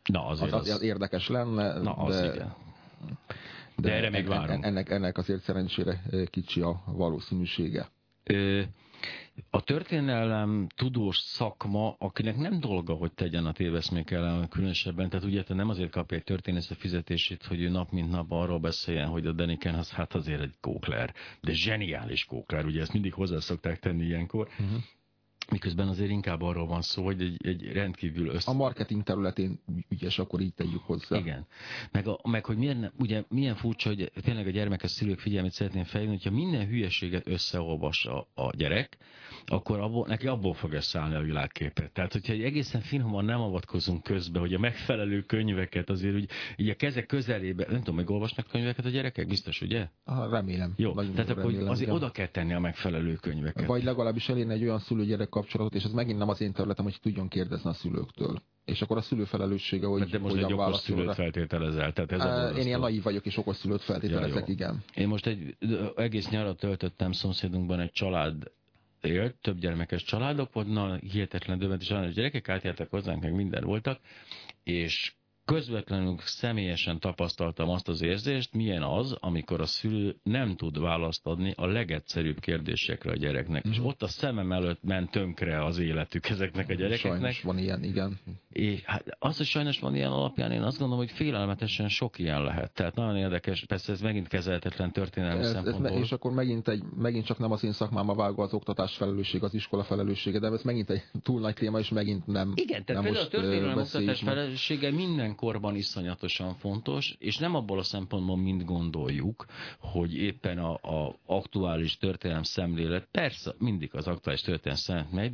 Speaker 2: az érdekes lenne.
Speaker 1: Igen. De erre még várunk.
Speaker 2: Ennek azért szerencsére kicsi a valószínűsége.
Speaker 1: A történelem tudós szakma, akinek nem dolga, hogy tegyen a téveszmék ellen különösebben, tehát ugye nem azért kapja egy történész a fizetését, hogy ő nap mint nap arról beszéljen, hogy a Deniken az hát azért egy kókler, de zseniális kókler, ugye ezt mindig hozzá szokták tenni ilyenkor. Miközben azért inkább arról van szó, hogy egy rendkívül
Speaker 2: A marketing területén ügyes, akkor így tegyük hozzá.
Speaker 1: Igen. Meg hogy milyen furcsa, hogy tényleg a gyermekes szülők figyelmét szeretném felhívni, hogyha minden hülyeséget összeolvas a gyerek, akkor neki abból fog összeállni a világképet. Tehát, hogyha egy egészen finoman nem avatkozunk közbe, hogy a megfelelő könyveket azért úgy, így a kezek közelébe, nem tudom, meg olvasnak könyveket a gyerekek, biztos, ugye?
Speaker 2: Remélem.
Speaker 1: Jó, tehát akkor azért oda kell tenni a megfelelő könyveket.
Speaker 2: Vagy legalábbis elérni egy olyan szülő-gyerek kapcsolatot, és ez megint nem az én területem, hogy tudjon kérdezni a szülőktől. És akkor a szülő felelőssége, hogy
Speaker 1: de most egy okos szülőt feltételezel. Tehát
Speaker 2: én ilyen naív vagyok, és okos szülőt feltételezek, igen.
Speaker 1: Én most egy egész nyarat töltöttem, szomszédunkban egy család élt, több gyermekes családok volt, hihetetlen döbbenetes és gyerekek átjártak hozzánk, meg minden voltak, és közvetlenül személyesen tapasztaltam azt az érzést, milyen az, amikor a szülő nem tud választ adni a legegyszerűbb kérdésekre a gyereknek. És ott a szemem előtt ment tönkre az életük ezeknek a gyerekeknek.
Speaker 2: Sajnos van ilyen, igen.
Speaker 1: És hát az, hogy sajnos van ilyen alapján, én azt gondolom, hogy félelmetesen sok ilyen lehet. Tehát nagyon érdekes, persze ez megint kezelhetetlen történelmi szempontból.
Speaker 2: És akkor megint csak nem az én szakmámba vágva az oktatás felelősség, az iskola felelőssége, de ez megint egy túl nagy téma, és megint nem.
Speaker 1: Igen, tehát
Speaker 2: nem
Speaker 1: például a történelem oktatás felelőssége minden korban iszonyatosan fontos, és nem abból a szempontból, mint gondoljuk, hogy éppen a aktuális történelem szemlélet, persze mindig az aktuális történelem szemlélet megy,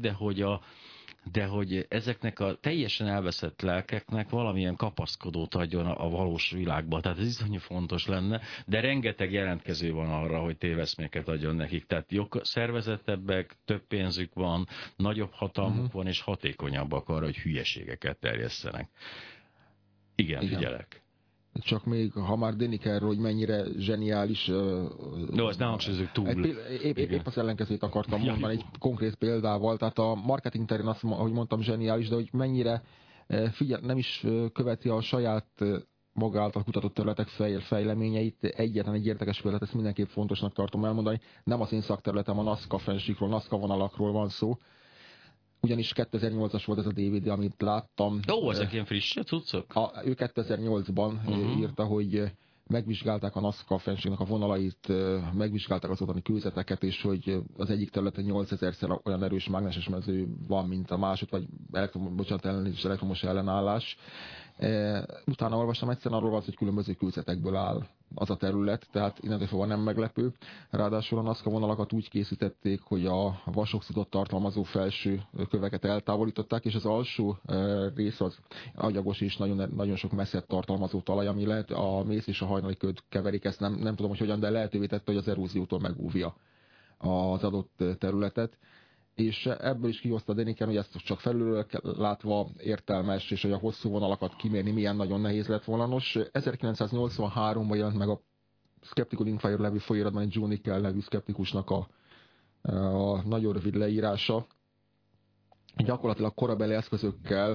Speaker 1: de hogy ezeknek a teljesen elveszett lelkeknek valamilyen kapaszkodót adjon a valós világba. Tehát ez iszonyú fontos lenne, de rengeteg jelentkező van arra, hogy téveszméket adjon nekik. Tehát szervezettebbek, több pénzük van, nagyobb hatalmuk van, és hatékonyabbak arra, hogy hülyeségeket terjesszenek. Igen, figyelek.
Speaker 2: Csak még, ha már Denikerről, hogy mennyire zseniális...
Speaker 1: No, ezt nem hangsúlyozunk túl.
Speaker 2: Épp az ellenkezőt akartam mondani egy konkrét példával. Tehát a marketing terén azt, ahogy mondtam, zseniális, de hogy mennyire nem is követi a saját maga által kutatott területek fejleményeit. Egyetlen egy érdekes példát, ezt mindenképp fontosnak tartom elmondani. Nem az én szakterületem, a Nazca fennsíkról, Nazca vonalakról van szó. Ugyanis 2008-as volt ez a DVD, amit láttam.
Speaker 1: Ó, ezek ilyen friss cuccok?
Speaker 2: Ő 2008-ban írta, hogy megvizsgálták a Nazca fennsíknak a vonalait, megvizsgálták az ottani kőzeteket, és hogy az egyik területen 8000-szer olyan erős mágneses mező van, mint a másod, vagy elektromos ellenállás. Utána olvastam egyszer, arról van, hogy különböző kőzetekből áll az a terület, tehát innentől fogva nem meglepő. Ráadásul a Nazca vonalakat úgy készítették, hogy a vasoxidot tartalmazó felső köveket eltávolították, és az alsó rész az agyagos és nagyon sok messzet tartalmazó talaj, ami lehet a mész és a hajnali köd keverik, ezt nem tudom, hogy hogyan, de lehetővé tette, hogy az eróziótól megúvja az adott területet. És ebből is kihozta Deniken, hogy ezt csak felülről látva értelmes, és hogy a hosszú vonalakat kimérni milyen nagyon nehéz lett volna. Nos, 1983-ban jelent meg a Skeptical Inquirer nevű folyóiratban egy Joe Nickell nevű szkeptikusnak a nagyon rövid leírása. Gyakorlatilag korabeli eszközökkel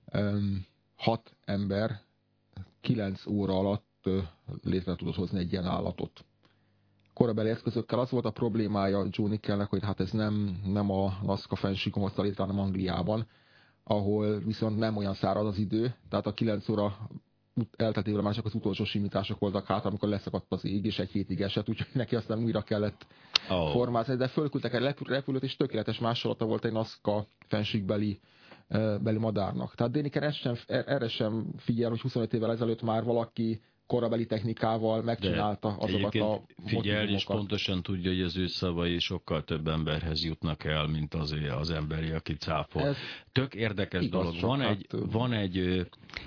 Speaker 2: 6 ember 9 óra alatt létre tudott hozni egy ilyen állatot. Korabeli eszközökkel az volt a problémája Joe Nickellnek, hogy hát ez nem a Nazca fennsíkon hozta létre, hanem Angliában, ahol viszont nem olyan száraz az idő, tehát a 9 óra elteltével már csak az utolsó simítások voltak hát, amikor leszakadt az ég, és egy hétig esett, úgyhogy neki aztán újra kellett formázni, de fölküldtek egy repülőt, és tökéletes másolata volt egy Nazca fennsíkbeli madárnak. Tehát Deniken erre sem figyel, hogy 25 évvel ezelőtt már valaki korabeli technikával megcsinálta azokat a
Speaker 1: figyel, és pontosan tudja, hogy az ő szavai sokkal több emberhez jutnak el, mint az emberi, aki cáfol. Tök érdekes dolog. Van egy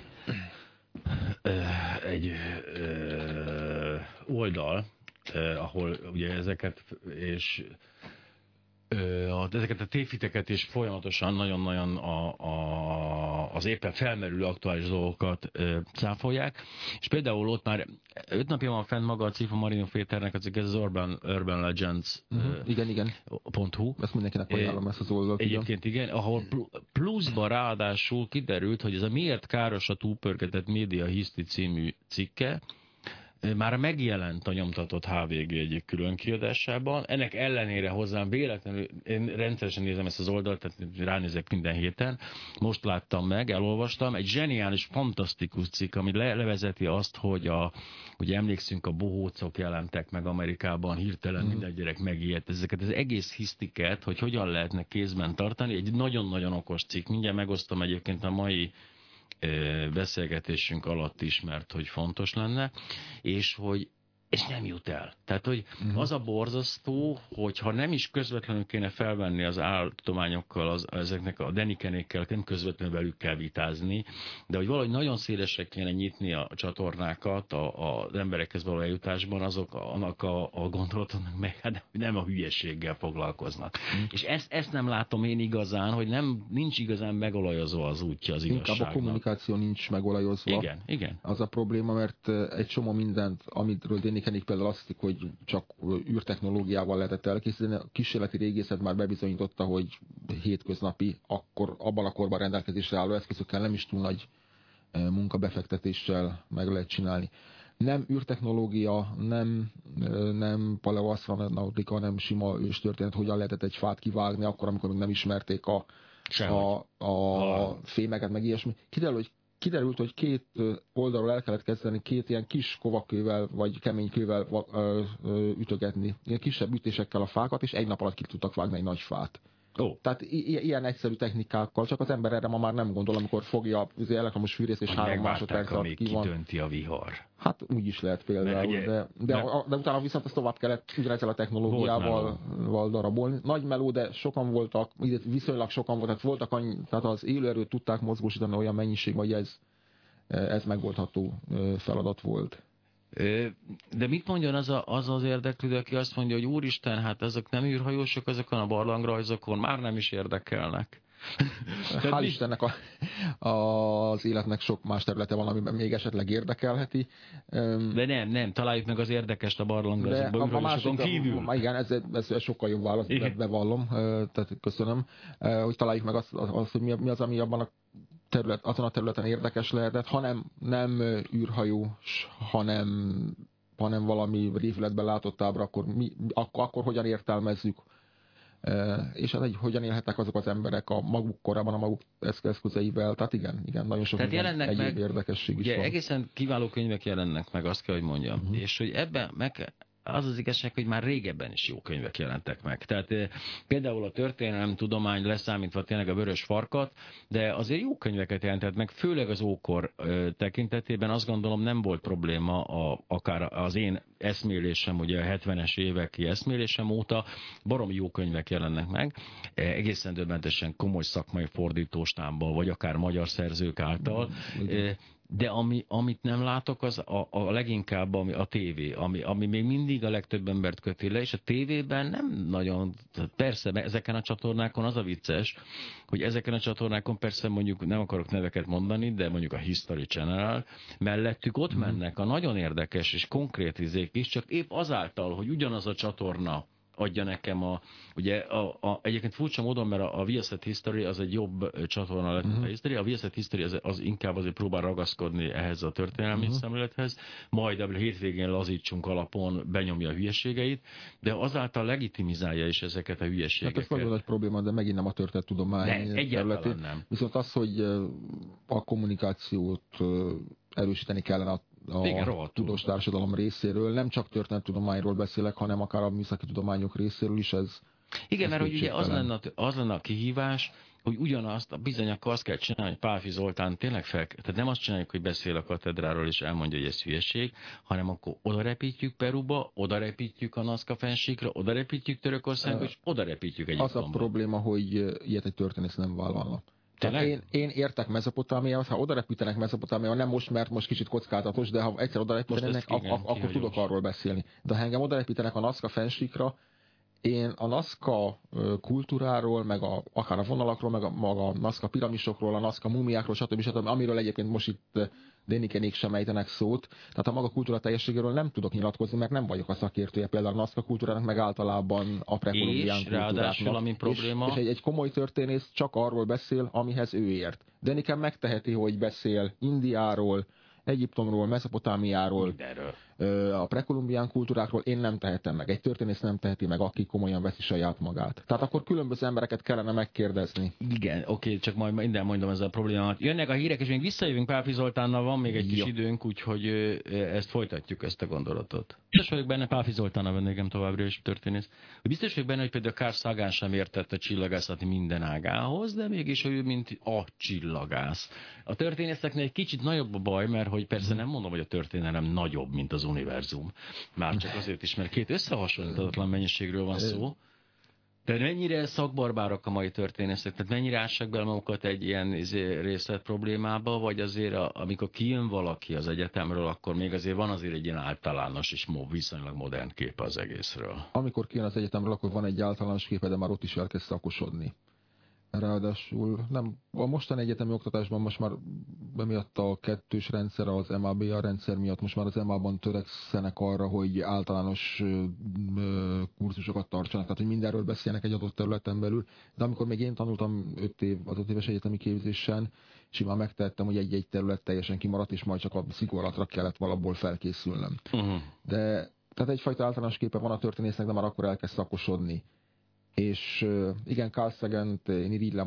Speaker 1: oldal, ahol ugye ezeket ezeket a tévhiteket és folyamatosan nagyon-nagyon az éppen felmerülő aktuális dolgokat cáfolják, és például ott már 5 napja van fent maga a Cifa Marino Péternek, ez az Urban Legends .hu.
Speaker 2: Ezt mindenkinek ajánlom, ezt az oldalt.
Speaker 1: Egyébként igen, ahol pluszban ráadásul kiderült, hogy ez a Miért káros a túlpörgetett média hiszti című cikke, már megjelent a nyomtatott HVG egyik külön kiadásában. Ennek ellenére hozzám véletlenül, én rendszeresen nézem ezt az oldalt, tehát ránézek minden héten, most láttam meg, elolvastam, egy zseniális, fantasztikus cikk, ami levezeti azt, hogy ugye emlékszünk, a bohócok jelentek meg Amerikában, hirtelen minden gyerek megijedt ezeket az egész hisztiket, hogy hogyan lehetne kézben tartani. Egy nagyon-nagyon okos cikk, mindjárt megosztom egyébként a mai beszélgetésünk alatt is, mert hogy fontos lenne, és nem jut el. Tehát, hogy az a borzasztó, hogyha nem is közvetlenül kéne felvenni az áltudományokkal, ezeknek a Denikenékkel, nem közvetlenül velük kell vitázni, de hogy valahogy nagyon szélesre kéne nyitni a csatornákat az emberekhez való eljutásban, annak a gondolatoknak meg nem a hülyeséggel foglalkoznak. És ezt nem látom én igazán, hogy nincs igazán megolajozva az útja az igazságnak.
Speaker 2: Inkább a kommunikáció nincs megolajozva.
Speaker 1: Igen.
Speaker 2: Az a probléma, mert egy csomó mindent, amitről Denikenék például azt hiszik, hogy csak űrtechnológiával lehetett elkészíteni. A kísérleti régészet már bebizonyította, hogy hétköznapi, abban a korban rendelkezésre álló eszközökkel nem is túl nagy munkabefektetéssel meg lehet csinálni. Nem űrtechnológia, nem paleoasztronautika, nem sima őstörténet, hogyan lehetett egy fát kivágni, akkor, amikor még nem ismerték a fémeket, meg ilyesmi. Kiderült, hogy 2 oldalról el kellett kezdeni 2 ilyen kis kovakővel, vagy keménykővel ütögetni. Ilyen kisebb ütésekkel a fákat, és 1 nap alatt ki tudtak vágni egy nagy fát. Tehát ilyen egyszerű technikákkal, csak az ember erre ma már nem gondol, amikor fogja az elektromos fűrész és 3 másodperc alatt ki van.
Speaker 1: Kidönti a vihar.
Speaker 2: Hát úgy is lehet például, de utána viszont azt tovább kellett ugyanezzel a technológiával darabolni. Nagy meló, de sokan voltak, viszonylag sokan voltak, tehát az élőerőt tudták mozgósítani olyan mennyiség, hogy ez megoldható feladat volt.
Speaker 1: De mit mondjon az érdeklődő, aki azt mondja, hogy úristen, hát ezek nem űrhajósok, ezeken a barlangrajzokon már nem is érdekelnek.
Speaker 2: Hál' Istennek az életnek sok más területe van, amiben még esetleg érdekelheti.
Speaker 1: De nem, találjuk meg az érdekest a barlangrajzokban, űrhajósokon kívül.
Speaker 2: Igen, ez sokkal jobb válasz, bevallom, tehát köszönöm, hogy találjuk meg azt, hogy mi az, ami abban azon a területen érdekes lehetett, hanem nem űrhajós, hanem valami révületben látott ábra, akkor hogyan értelmezzük, és hogyan élhetnek azok az emberek a maguk korában, a maguk eszközeivel. Tehát igen, nagyon sok egyéb érdekesség is van.
Speaker 1: Egészen kiváló könyvek jelennek meg, azt kell, hogy mondjam. És hogy ebben az igazság, hogy már régebben is jó könyvek jelentek meg. Tehát például a történelemtudomány leszámítva tényleg a Vörös Farkat, de azért jó könyveket jelentett meg, főleg az ókor tekintetében azt gondolom nem volt probléma akár az én eszmélésem, ugye a 70-es éveki eszmélésem óta baromi jó könyvek jelennek meg, egészen döbbentesen komoly szakmai fordítóstámból, vagy akár magyar szerzők által. De amit nem látok, az a leginkább a tévé, ami még mindig a legtöbb embert köti le, és a tévében nem nagyon, persze ezeken a csatornákon az a vicces, hogy ezeken a csatornákon persze mondjuk nem akarok neveket mondani, de mondjuk a History Channel mellettük ott mennek a nagyon érdekes és konkrét izék is, csak épp azáltal, hogy ugyanaz a csatorna adja nekem egyébként furcsa módon, mert a Viaszat History az egy jobb csatorna lett, a History. A Viaszat History az inkább azért próbál ragaszkodni ehhez a történelmi szemlélethez, majd a hétvégén lazítsunk alapon benyomja a hülyeségeit, de azáltal legitimizálja is ezeket a hülyeségeket.
Speaker 2: Hát ez nagyon nagy probléma, de megint nem a történettudomány területén.
Speaker 1: Nem.
Speaker 2: Viszont az, hogy a kommunikációt erősíteni kellene a tudós társadalom részéről, nem csak történettudományról beszélek, hanem akár a műszaki tudományok részéről is ez.
Speaker 1: Igen, mert hogy ugye az lenne a kihívás, hogy ugyanazt, akkor azt kell csinálni, hogy Pálffy Zoltán tényleg tehát nem azt csináljuk, hogy beszél a katedráról és elmondja, hogy ez hülyeség, hanem akkor odarepítjük Peruba, odarepítjük a Nazca-fennsíkra, odarepítjük Törökországba, és odarepítjük Egyiptomba.
Speaker 2: Az a probléma, hogy ilyet egy történész nem vállalna. Én értek Mezopotámiához, ha odarepítenek Mezopotámiához, nem most, mert most kicsit kockázatos, de ha egyszer odarepítenek, akkor tudok arról beszélni. De ha engem odarepítenek a Nazca-fennsíkra, én a Nazca kultúráról, meg akár a vonalakról, meg a Nazca piramisokról, a Nazca mumiákról, stb. Amiről egyébként most itt Dénikenék sem ejtenek szót. Tehát a maga kultúra teljességéről nem tudok nyilatkozni, mert nem vagyok a szakértője például a Nazca kultúrának, meg általában a prekolumbián kultúráknak.
Speaker 1: Ami probléma...
Speaker 2: És egy komoly történész csak arról beszél, amihez ő ért. Déniken megteheti, hogy beszél Indiáról, Egyiptomról, Mezopotámiáról, a prekolumbián kultúrákról, én nem tehetem meg. Egy történész nem teheti meg, aki komolyan veszi saját magát. Tehát akkor különböző embereket kellene megkérdezni.
Speaker 1: Igen, oké, csak majd minden mondom ezzel a problémát. Jönnek a hírek, és még visszajövünk Pálffy Zoltánnal, van még egy kis időnk, úgyhogy ezt folytatjuk, ezt a gondolatot. Biztos vagyok benne, Pálffy Zoltán a vendégem továbbra is történész. Biztos vagyok benne, hogy például Carl Sagan sem értett a csillagászati minden ágához, de mégis ő, mint a csillagász. A történészeknél egy kicsit nagyobb a baj, mert hogy persze nem mondom, hogy a történelem nagyobb, mint az univerzum. Már csak azért is, mert két összehasonlíthatatlan mennyiségről van szó. De mennyire szakbarbárok a mai történészek? Tehát mennyire ássák bele magukat egy ilyen részlet problémába, vagy azért amikor kijön valaki az egyetemről, akkor még azért van azért egy ilyen általános és viszonylag modern képe az egészről?
Speaker 2: Amikor kijön az egyetemről, akkor van egy általános képe, de már ott is elkezd szakosodni. Ráadásul nem, a mostani egyetemi oktatásban most már miatt a kettős rendszer, az MABA rendszer miatt most már az MA-ban törekszenek arra, hogy általános kurzusokat tartsanak, tehát hogy mindenről beszélnek egy adott területen belül. De amikor még én tanultam az 5 éves egyetemi képzésen, simán megtehettem, hogy egy-egy terület teljesen kimaradt, és majd csak a szigorlatra kellett valahol felkészülnöm. De tehát egyfajta általános képe van a történésznek, de már akkor elkezd szakosodni. És igen, Carl Sagant én irigylem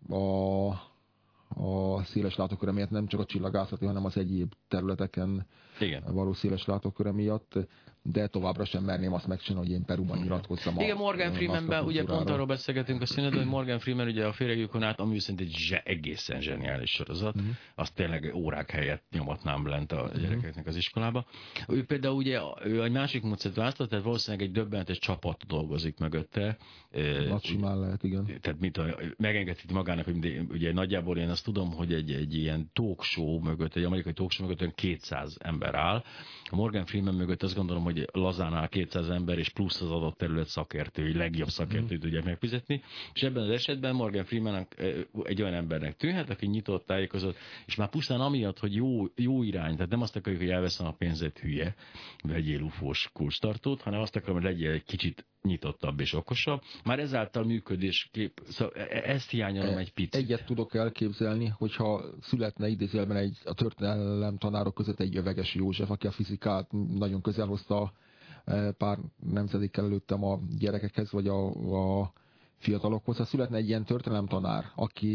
Speaker 2: a széles látóköre miatt, nem csak a csillagászati, hanem az egyéb területeken való széles látóköre miatt. de továbbra sem merném azt megcsinálni, hogy én Peruban nyilatkozzam.
Speaker 1: Igen, Morgan Freemanben, ugye pont arról beszélgetünk a színedben, hogy Morgan Freeman ugye a Férjegyükön át, ami viszont egy egészen zseniális sorozat, azt tényleg órák helyett nyomatnám lent a gyerekeknek az iskolába. Ő például ugye, ő egy másik módszert választott, tehát valószínűleg egy döbbenetes csapat dolgozik mögötte.
Speaker 2: Nagy simán lehet, igen.
Speaker 1: Tehát megengedheti magának, hogy ugye nagyjából én azt tudom, hogy egy ilyen talk show mögött, egy amerikai talk show mögött 200 ember áll. A Morgan Freeman mögött azt gondolom, hogy lazán áll 200 ember, és plusz az adott terület szakértői, legjobb szakértői tudják megfizetni. És ebben az esetben Morgan Freeman egy olyan embernek tűnhet, aki nyitott, tájékozott, és már pusztán amiatt, hogy jó irány, tehát nem azt akarjuk, hogy elveszem a pénzet, hülye, vegyél ufós kurstartót, hanem azt akarom, hogy legyél egy kicsit nyitottabb és okosabb. Már ezáltal működéskép, szóval ezt hiányolom egy picit.
Speaker 2: Egyet tudok elképzelni, hogyha születne idézőjelben a történelem tanárok között egy Veges József, aki a fizikát nagyon közel hozta pár nemzedékkel előttem a gyerekekhez, vagy a fiatalokhoz. Ha születne egy ilyen történelemtanár,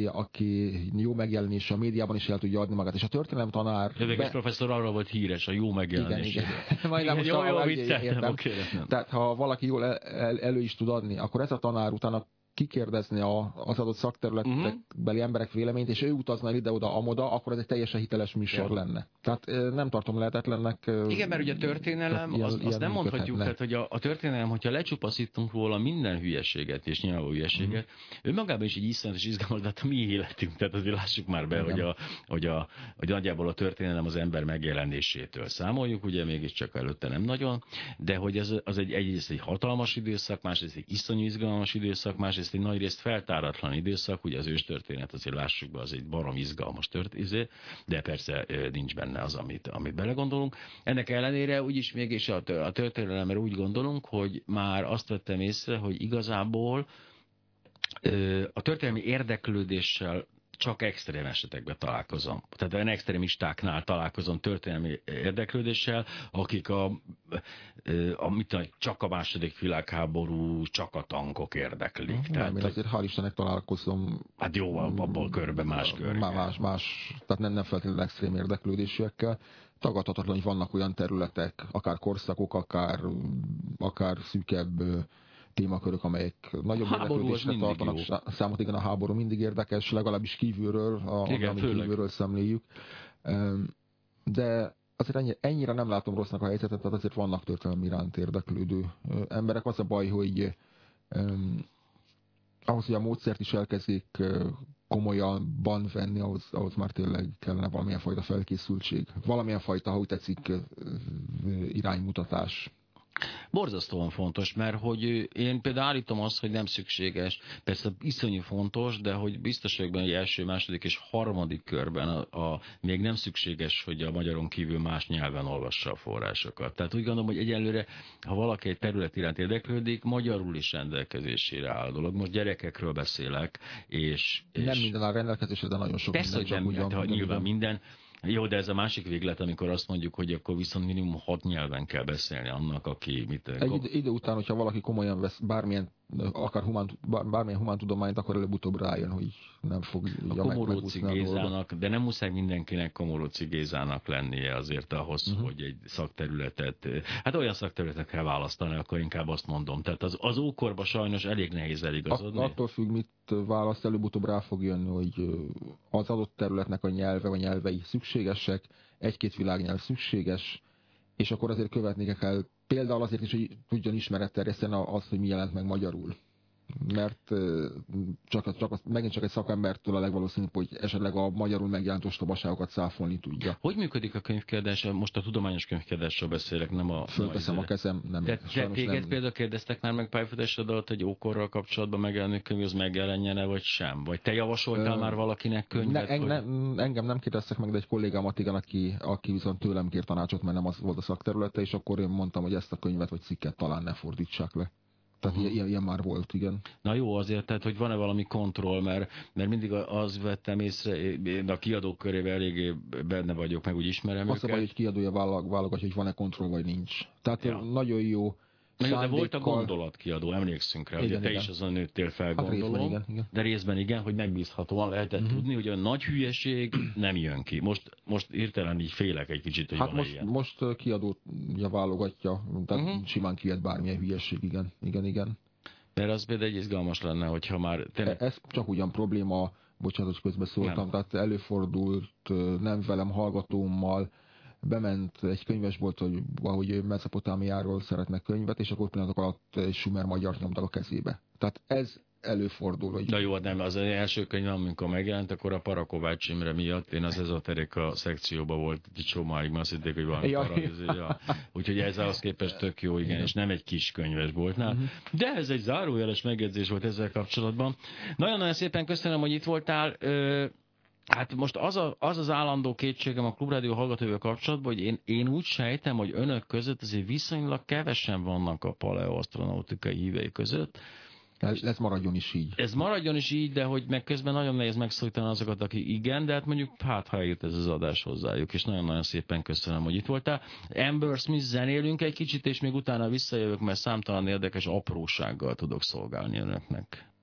Speaker 2: aki jó megjelenés a médiában is el tudja adni magát, és a történelemtanár...
Speaker 1: Veges professzor arra volt híres, a jó megjelenés.
Speaker 2: Igen. Majd
Speaker 1: jó, vicceltem.
Speaker 2: Okay, tehát ha valaki jól elő is tud adni, akkor ez a tanár utána kikérdezni az adott szakterületbeli emberek véleményt, és ő utazna ide-oda, amoda, akkor ez egy teljesen hiteles műsor lenne. Tehát nem tartom lehetetlennek.
Speaker 1: Igen, mert ugye a történelem, azt nem mondhatjuk, tehát, hogy a történelem, hogyha lecsupaszítunk róla minden hülyeséget és nyilvánvaló hülyeséget, önmagában is egy iszonyatos izgalmas, de hát a mi életünk, tehát azért lássuk már be, hogy nagyjából a történelem az ember megjelenésétől számoljuk, ugye mégiscsak előtte nem nagyon, de hogy az egyrészt egy hatalmas időszak, másrészt egy iszonyú izgalmas időszak, másrészt egy nagy részt feltáratlan időszak, ugye az őstörténet, azért lássuk be, az egy barom izgalmas történet, de persze nincs benne az, amit belegondolunk. Ennek ellenére úgyis mégis a történelemre úgy gondolunk, hogy már azt vettem észre, hogy igazából a történelmi érdeklődéssel csak extrém esetekben találkozom. Tehát olyan extrémistáknál találkozom történelmi érdeklődéssel, akik csak a második világháború, csak a tankok érdeklik.
Speaker 2: Tehát, én azért hál' Istennek találkozom.
Speaker 1: Hát jó, abból körbe más kör.
Speaker 2: Más, tehát nem feltétlenül extrém érdeklődésűekkel. Tagadhatatlan, hogy vannak olyan területek, akár korszakok, akár szűkebb témakörök, amelyek nagyobb érdeklődésre tartanak számot. Igen, a háború mindig érdekes, legalábbis kívülről, amit kívülről szemléljük. De azért ennyire nem látom rossznak a helyzetet, tehát azért vannak történelmi iránt érdeklődő emberek. Az a baj, hogy ahhoz, hogy a módszert is elkezdik komolyan venni, ahhoz már tényleg kellene valamilyen fajta felkészültség. Valamilyen fajta, ha úgy tetszik, iránymutatás.
Speaker 1: Borzasztóan fontos, mert hogy én például állítom azt, hogy nem szükséges, persze iszonyú fontos, de hogy biztos vagyok benne, hogy első, második és harmadik körben még nem szükséges, hogy a magyaron kívül más nyelven olvassa a forrásokat. Tehát úgy gondolom, hogy egyelőre, ha valaki egy terület iránt érdeklődik, magyarul is rendelkezésére áll a dolog. Most gyerekekről beszélek, és
Speaker 2: nem minden áll rendelkezésre, de nagyon sok
Speaker 1: persze, minden. Persze, hogy nem, nyilván minden. Jó, de ez a másik véglet, amikor azt mondjuk, hogy akkor viszont minimum 6 nyelven kell beszélni annak, aki mit...
Speaker 2: Egy idő után, hogyha valaki komolyan vesz bármilyen humántudományt, akkor előbb-utóbb rájön, hogy nem fogja
Speaker 1: Komoróci Gézának, de nem muszáj mindenkinek Komoróci Gézának lennie azért ahhoz, hogy egy szakterületet, hát olyan szakterületet kell választani, akkor inkább azt mondom. Tehát az ókorban sajnos elég nehéz eligazodni.
Speaker 2: Attól függ, mit választ, előbb-utóbb rá fog jönni, hogy az adott területnek a nyelve vagy nyelvei szükségesek, egy-két világnyelv szükséges, és akkor azért követni kell például azért is, hogy tudjon ismeretterjeszteni azt, hogy mi jelent meg magyarul. Mert megint csak egy szakembertől a legvalószínűbb, hogy esetleg a magyarul megjelent ostobaságokat száfolni tudja.
Speaker 1: Hogy működik a könyvkiadás? Most a tudományos könyvkiadásról beszélek, nem a...
Speaker 2: Fölteszem a kezem, nem.
Speaker 1: De téged például kérdeztek már meg pályafutásod alatt, hogy ókorral kapcsolatban megjelenő könyv, az megjelenjen-e, vagy sem? Vagy te javasoltál már valakinek könyvet?
Speaker 2: Engem nem kérdeztek meg, de egy kollégámat igen, aki viszont tőlem kért tanácsot, mert nem az volt a szakterülete, és akkor én mondtam, hogy ezt a könyvet vagy cikket talán ne fordítsák le. Tehát ilyen már volt, igen.
Speaker 1: Na jó, azért, tehát, hogy van-e valami kontroll, mert mindig az vettem észre, én a kiadók körében eléggé benne vagyok, meg úgy ismerem
Speaker 2: őket. Azt a baj, hogy kiadója válogatja, hogy van-e kontroll, vagy nincs. Tehát nagyon jó
Speaker 1: De volt a gondolatkiadó, emlékszünk rá, ugye te is azon nőttél fel, gondolom,
Speaker 2: igen.
Speaker 1: de részben igen, hogy megbízhatóan lehetett tudni, hogy a nagy hülyeség nem jön ki. Most hirtelen így félek egy kicsit, hogy van ilyen.
Speaker 2: Most kiadója válogatja, tehát simán kijött bármilyen hülyeség, igen.
Speaker 1: Mert az például egy izgalmas lenne, hogyha már...
Speaker 2: Ez csak ugyan probléma, bocsánat, hogy közbeszóltam, tehát előfordult nem velem, hallgatómmal, bement egy könyvesbolt, hogy valahogy Mezopotámiáról szeretnek könyvet, és akkor pillanatok alatt egy Sumer magyart nyomtak a kezébe. Tehát ez előfordul. Hogy...
Speaker 1: De jó, nem, az első könyv, amikor megjelent, akkor a Parakovács Imre miatt én az ezoterika szekcióban volt egy csomóig, mert azt hitték, hogy valami paradízia. Úgyhogy ez ahhoz képest tök jó, igen, és nem egy kis könyvesboltnál. De ez egy zárójeles megjegyzés volt ezzel kapcsolatban. Nagyon-nagyon szépen köszönöm, hogy itt voltál. Hát most az állandó kétségem a Klubrádió hallgatóival kapcsolatban, hogy én úgy sejtem, hogy önök között azért viszonylag kevesen vannak a paleoasztronautikai hívei között.
Speaker 2: Ez maradjon is így.
Speaker 1: Ez maradjon is így, de hogy meg közben nagyon nehéz megszólítani azokat, akik igen, de hát mondjuk ha eljut ez az adás hozzájuk, és nagyon-nagyon szépen köszönöm, hogy itt voltál. Amber Smith, zenélünk egy kicsit, és még utána visszajövök, mert számtalan érdekes aprósággal tudok szolgálni önöknek.